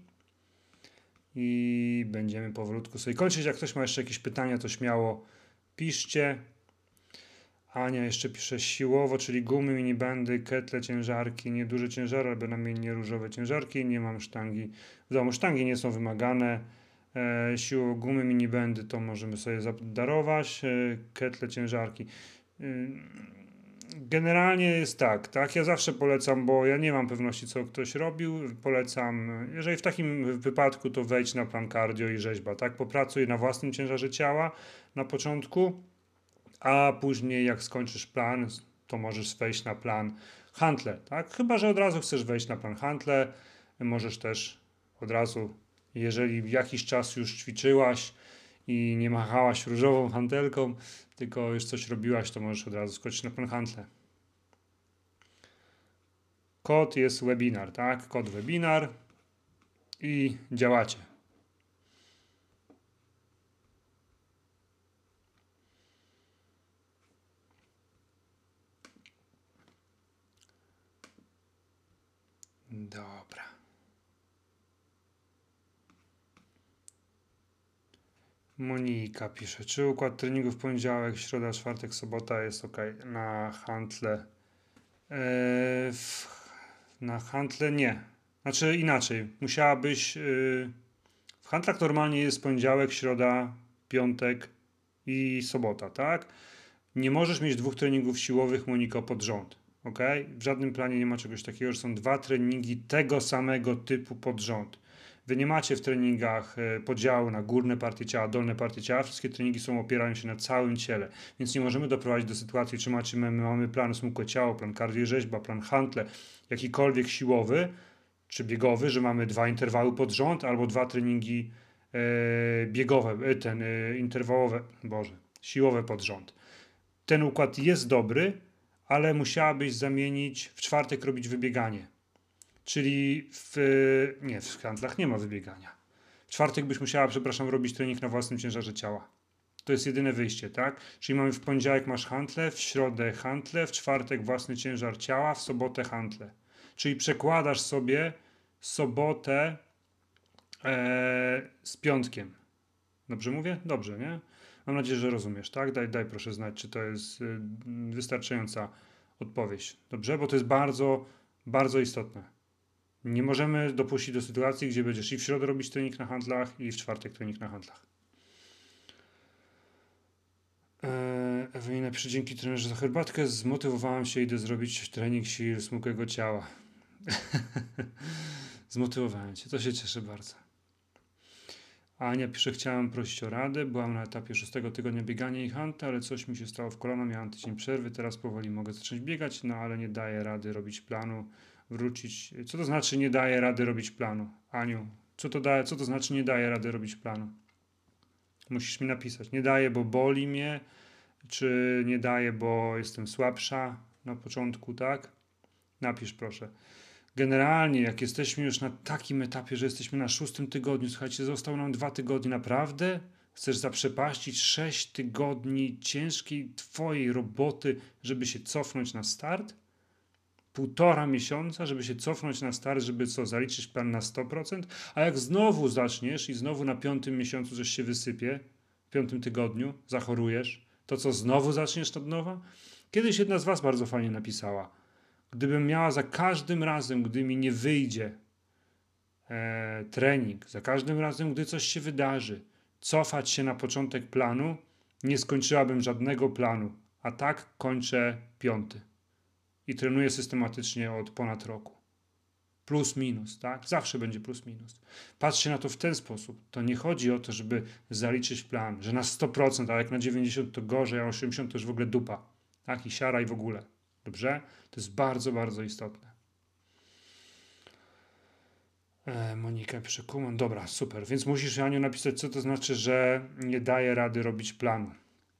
I będziemy powolutku sobie kończyć. Jak ktoś ma jeszcze jakieś pytania, to śmiało piszcie. Ania jeszcze pisze siłowo, czyli gumy, minibandy, ketle, ciężarki, nieduże ciężary, albo namiennie różowe ciężarki. Nie mam sztangi w domu. Sztangi nie są wymagane. E, siłowo, gumy, minibandy to możemy sobie darować. E, ketle, ciężarki. E, Generalnie jest tak, tak, ja zawsze polecam, bo ja nie mam pewności, co ktoś robił, polecam, jeżeli w takim wypadku, to wejdź na plan cardio i rzeźba, tak, popracuj na własnym ciężarze ciała na początku, a później jak skończysz plan, to możesz wejść na plan hantle, tak, chyba że od razu chcesz wejść na plan hantle, możesz też od razu, jeżeli jakiś czas już ćwiczyłaś i nie machałaś różową hantelką, tylko już coś robiłaś, to możesz od razu skoczyć na plan hantle. Kod jest webinar, tak? Kod webinar i działacie. Dobra. Monika pisze, czy układ treningu w poniedziałek, środa, czwartek, sobota jest ok? Na hantle. Eee, w, na hantle nie. Znaczy inaczej. Musiałabyś... Yy, w hantlach normalnie jest poniedziałek, środa, piątek i sobota, tak? Nie możesz mieć dwóch treningów siłowych, Moniko, pod rząd. Ok? W żadnym planie nie ma czegoś takiego, że są dwa treningi tego samego typu pod rząd. Wy nie macie w treningach podziału na górne partie ciała, dolne partie ciała. Wszystkie treningi są, opierają się na całym ciele. Więc nie możemy doprowadzić do sytuacji, czy macie, my mamy plan smukłe ciało, plan cardio rzeźba, plan hantle, jakikolwiek siłowy czy biegowy, że mamy dwa interwały pod rząd albo dwa treningi e, biegowe, e, ten e, interwałowe, boże, siłowe pod rząd. Ten układ jest dobry, ale musiałabyś zamienić, w czwartek robić wybieganie. Czyli w, nie, w handlach nie ma wybiegania. W czwartek byś musiała, przepraszam, robić trening na własnym ciężarze ciała. To jest jedyne wyjście, tak? Czyli mamy w poniedziałek masz hantle, w środę hantle, w czwartek własny ciężar ciała, w sobotę hantle. Czyli przekładasz sobie sobotę e, z piątkiem. Dobrze mówię? Dobrze, nie? Mam nadzieję, że rozumiesz, tak? Daj, daj proszę znać, czy to jest y, wystarczająca odpowiedź. Dobrze? Bo to jest bardzo, bardzo istotne. Nie możemy dopuścić do sytuacji, gdzie będziesz i w środę robić trening na handlach, i w czwartek trening na handlach. Eee, Ewelina pisze, dzięki trenerze za herbatkę, zmotywowałem się, idę zrobić trening sił smukłego ciała. Zmotywowałem cię, to się cieszę bardzo. Ania pisze, chciałem prosić o radę, byłam na etapie szóstego tygodnia biegania i hunta, ale coś mi się stało w kolano, miałam tydzień przerwy, teraz powoli mogę zacząć biegać, no ale nie daję rady robić planu, wrócić. Co to znaczy nie daję rady robić planu? Aniu, co to, da, co to znaczy nie daję rady robić planu? Musisz mi napisać, nie daję, bo boli mnie, czy nie daję, bo jestem słabsza na początku, tak? Napisz proszę. Generalnie, jak jesteśmy już na takim etapie, że jesteśmy na szóstym tygodniu, słuchajcie, zostało nam dwa tygodnie, naprawdę? Chcesz zaprzepaścić sześć tygodni ciężkiej twojej roboty, żeby się cofnąć na start? Półtora miesiąca, żeby się cofnąć na start, żeby co, zaliczyć plan na sto procent? A jak znowu zaczniesz i znowu na piątym miesiącu coś się wysypie, w piątym tygodniu zachorujesz, to co, znowu zaczniesz od nowa? Kiedyś jedna z was bardzo fajnie napisała, gdybym miała za każdym razem, gdy mi nie wyjdzie e, trening, za każdym razem, gdy coś się wydarzy, cofać się na początek planu, nie skończyłabym żadnego planu. A tak kończę piąty. I trenuję systematycznie od ponad roku. Plus minus, tak? Zawsze będzie plus minus. Patrzcie na to w ten sposób. To nie chodzi o to, żeby zaliczyć plan, że na sto procent, a jak na dziewięćdziesiąt to gorzej, a osiemdziesiąt to już w ogóle dupa. Tak? I siara i w ogóle. Dobrze? To jest bardzo, bardzo istotne. E, Monika pisze, kumam. Dobra, super. Więc musisz, Aniu, napisać, co to znaczy, że nie daje rady robić planu.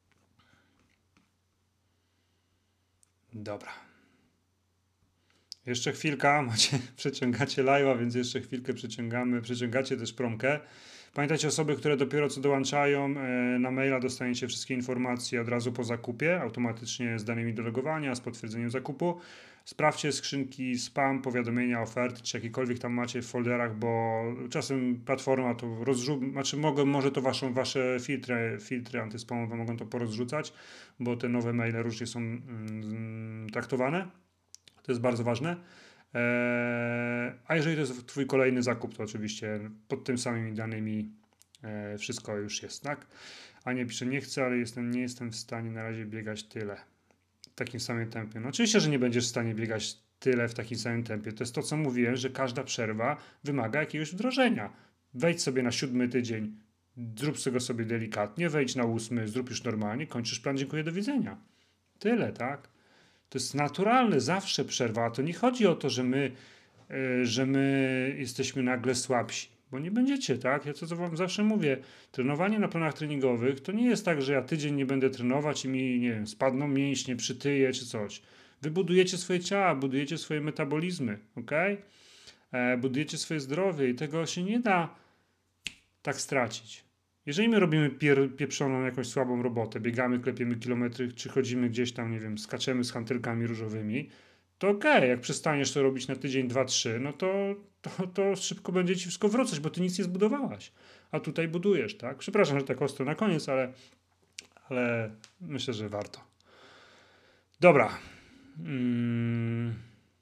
Dobra. Jeszcze chwilka, macie, przeciągacie live'a, więc jeszcze chwilkę przeciągamy, przeciągacie też promkę. Pamiętajcie, osoby, które dopiero co dołączają, e, na maila dostaniecie wszystkie informacje od razu po zakupie, automatycznie z danymi do logowania, z potwierdzeniem zakupu. Sprawdźcie skrzynki spam, powiadomienia, oferty, czy jakiekolwiek tam macie w folderach, bo czasem platforma to rozrzuca, znaczy mogę, może to waszą, wasze filtry, filtry antyspamowe mogą to porozrzucać, bo te nowe maile różnie są mm, traktowane. To jest bardzo ważne. Eee, a jeżeli to jest twój kolejny zakup, to oczywiście pod tym samymi danymi e, wszystko już jest, tak? Ania pisze, nie chcę, ale jestem, nie jestem w stanie na razie biegać tyle. w takim samym tempie. No oczywiście, że nie będziesz w stanie biegać tyle w takim samym tempie. To jest to, co mówiłem, że każda przerwa wymaga jakiegoś wdrożenia. Wejdź sobie na siódmy tydzień, zrób sobie go sobie delikatnie, wejdź na ósmy, zrób już normalnie, kończysz plan, dziękuję, do widzenia. Tyle, tak? To jest naturalne, zawsze przerwa. A to nie chodzi o to, że my, yy, że my jesteśmy nagle słabsi, bo nie będziecie, tak? Ja to, co wam zawsze mówię, trenowanie na planach treningowych to nie jest tak, że ja tydzień nie będę trenować i mi, nie wiem, spadną mięśnie, przytyję czy coś. Wy budujecie swoje ciała, budujecie swoje metabolizmy, ok? E, budujecie swoje zdrowie i tego się nie da tak stracić. Jeżeli my robimy pier, pieprzoną jakąś słabą robotę, biegamy, klepiemy kilometry, czy chodzimy gdzieś tam, nie wiem, skaczemy z hantelkami różowymi, to okej, okay. Jak przestaniesz to robić na tydzień, dwa, trzy, no to, to, to szybko będzie ci wszystko wracać, bo ty nic nie zbudowałaś. A tutaj budujesz, tak? Przepraszam, że tak ostro na koniec, ale, ale myślę, że warto. Dobra. Mm.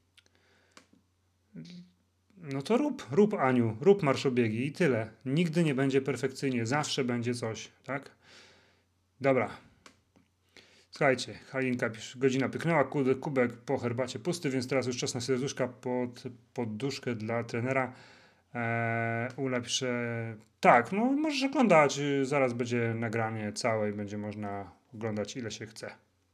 No to rób, rób Aniu, rób marszobiegi i tyle. Nigdy nie będzie perfekcyjnie, zawsze będzie coś, tak? Dobra. Słuchajcie, Halinka pisze, godzina pyknęła, kubek po herbacie pusty, więc teraz już czas na serduszka pod podduszkę dla trenera. Eee, Ula pisze, tak, no możesz oglądać, zaraz będzie nagranie całe i będzie można oglądać ile się chce.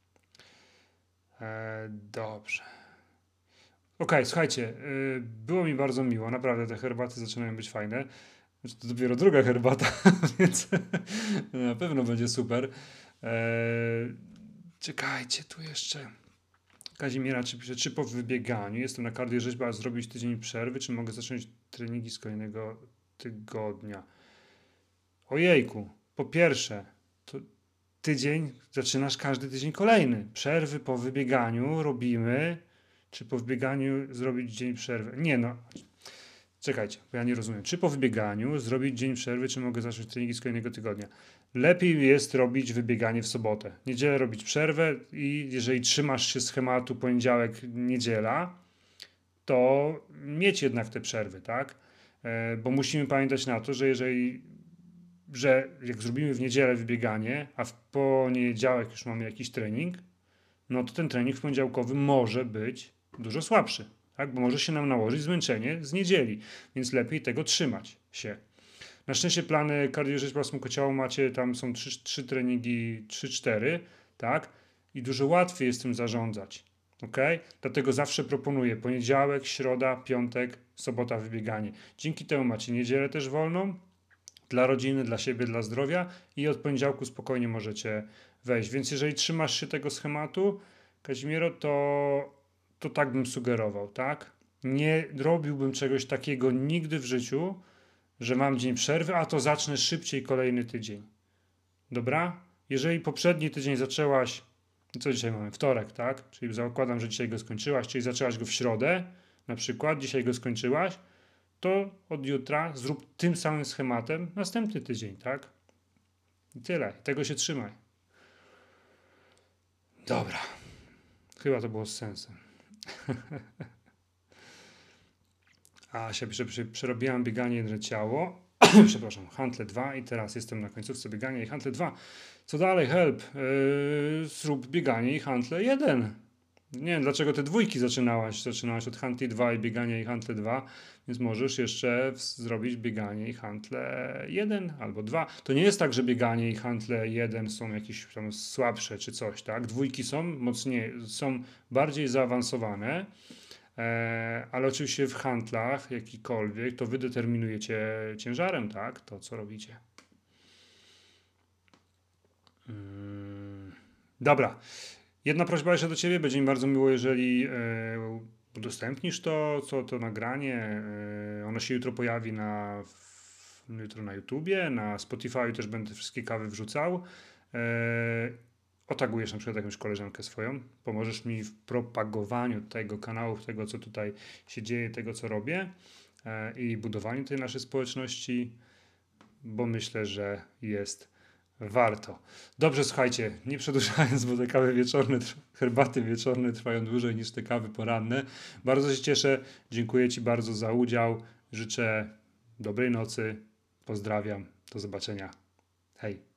Eee, dobrze. Okej, okay, słuchajcie, yy, było mi bardzo miło, naprawdę te herbaty zaczynają być fajne. Znaczy, to dopiero druga herbata, więc na pewno będzie super. Eee, czekajcie, tu jeszcze Kazimiera czy pisze, czy po wybieganiu jestem na kardiorzeźbie, a zrobić tydzień przerwy, czy mogę zacząć treningi z kolejnego tygodnia? Ojejku, po pierwsze, to tydzień, zaczynasz każdy tydzień kolejny. Przerwy po wybieganiu robimy, czy po wybieganiu zrobić dzień przerwy? Nie no, czekajcie, bo ja nie rozumiem. Czy po wybieganiu zrobić dzień przerwy, czy mogę zacząć treningi z kolejnego tygodnia? Lepiej jest robić wybieganie w sobotę. Niedzielę robić przerwę i jeżeli trzymasz się schematu poniedziałek, niedziela, to mieć jednak te przerwy, tak? E, bo musimy pamiętać na to, że jeżeli że jak zrobimy w niedzielę wybieganie, a w poniedziałek już mamy jakiś trening, no to ten trening w poniedziałkowy może być dużo słabszy, tak? Bo może się nam nałożyć zmęczenie z niedzieli, więc lepiej tego trzymać się. Na szczęście plany kardiorzeźba smukociało macie, tam są trzy treningi, trzy cztery, tak? I dużo łatwiej jest tym zarządzać, ok? Dlatego zawsze proponuję poniedziałek, środa, piątek, sobota wybieganie. Dzięki temu macie niedzielę też wolną, dla rodziny, dla siebie, dla zdrowia i od poniedziałku spokojnie możecie wejść. Więc jeżeli trzymasz się tego schematu, Kazimiero, to, to tak bym sugerował, tak? Nie robiłbym czegoś takiego nigdy w życiu, że mam dzień przerwy, a to zacznę szybciej kolejny tydzień. Dobra? Jeżeli poprzedni tydzień zaczęłaś, co dzisiaj mamy? Wtorek, tak? Czyli zakładam, że dzisiaj go skończyłaś, czyli zaczęłaś go w środę, na przykład, dzisiaj go skończyłaś, to od jutra zrób tym samym schematem następny tydzień, tak? I tyle. Tego się trzymaj. Dobra. Chyba to było z sensem. A się przerobiłam bieganie jedno ciało. Przepraszam, hantle dwa i teraz jestem na końcówce biegania i hantle dwa. Co dalej? Help. Yy, zrób bieganie i hantle jeden. Nie wiem, dlaczego te dwójki zaczynałaś. Zaczynałaś od hantli dwa i biegania i hantle dwa, więc możesz jeszcze zrobić bieganie i hantle jeden albo dwa. To nie jest tak, że bieganie i hantle jeden są jakieś tam słabsze czy coś, tak? Dwójki są mocniej, są bardziej zaawansowane, e, ale oczywiście w hantlach jakikolwiek to wy determinujecie ciężarem, tak? To, co robicie. Hmm. Dobra. Jedna prośba jeszcze do ciebie, będzie mi bardzo miło, jeżeli e, udostępnisz to, co to nagranie. E, ono się jutro pojawi na, w, jutro na YouTubie, na Spotify też będę wszystkie kawy wrzucał. E, otagujesz na przykład jakąś koleżankę swoją, pomożesz mi w propagowaniu tego kanału, tego co tutaj się dzieje, tego co robię e, i budowaniu tej naszej społeczności, bo myślę, że jest warto. Dobrze, słuchajcie, nie przedłużając, bo te kawy wieczorne, herbaty wieczorne trwają dłużej niż te kawy poranne. Bardzo się cieszę, dziękuję ci bardzo za udział, życzę dobrej nocy, pozdrawiam, do zobaczenia, hej.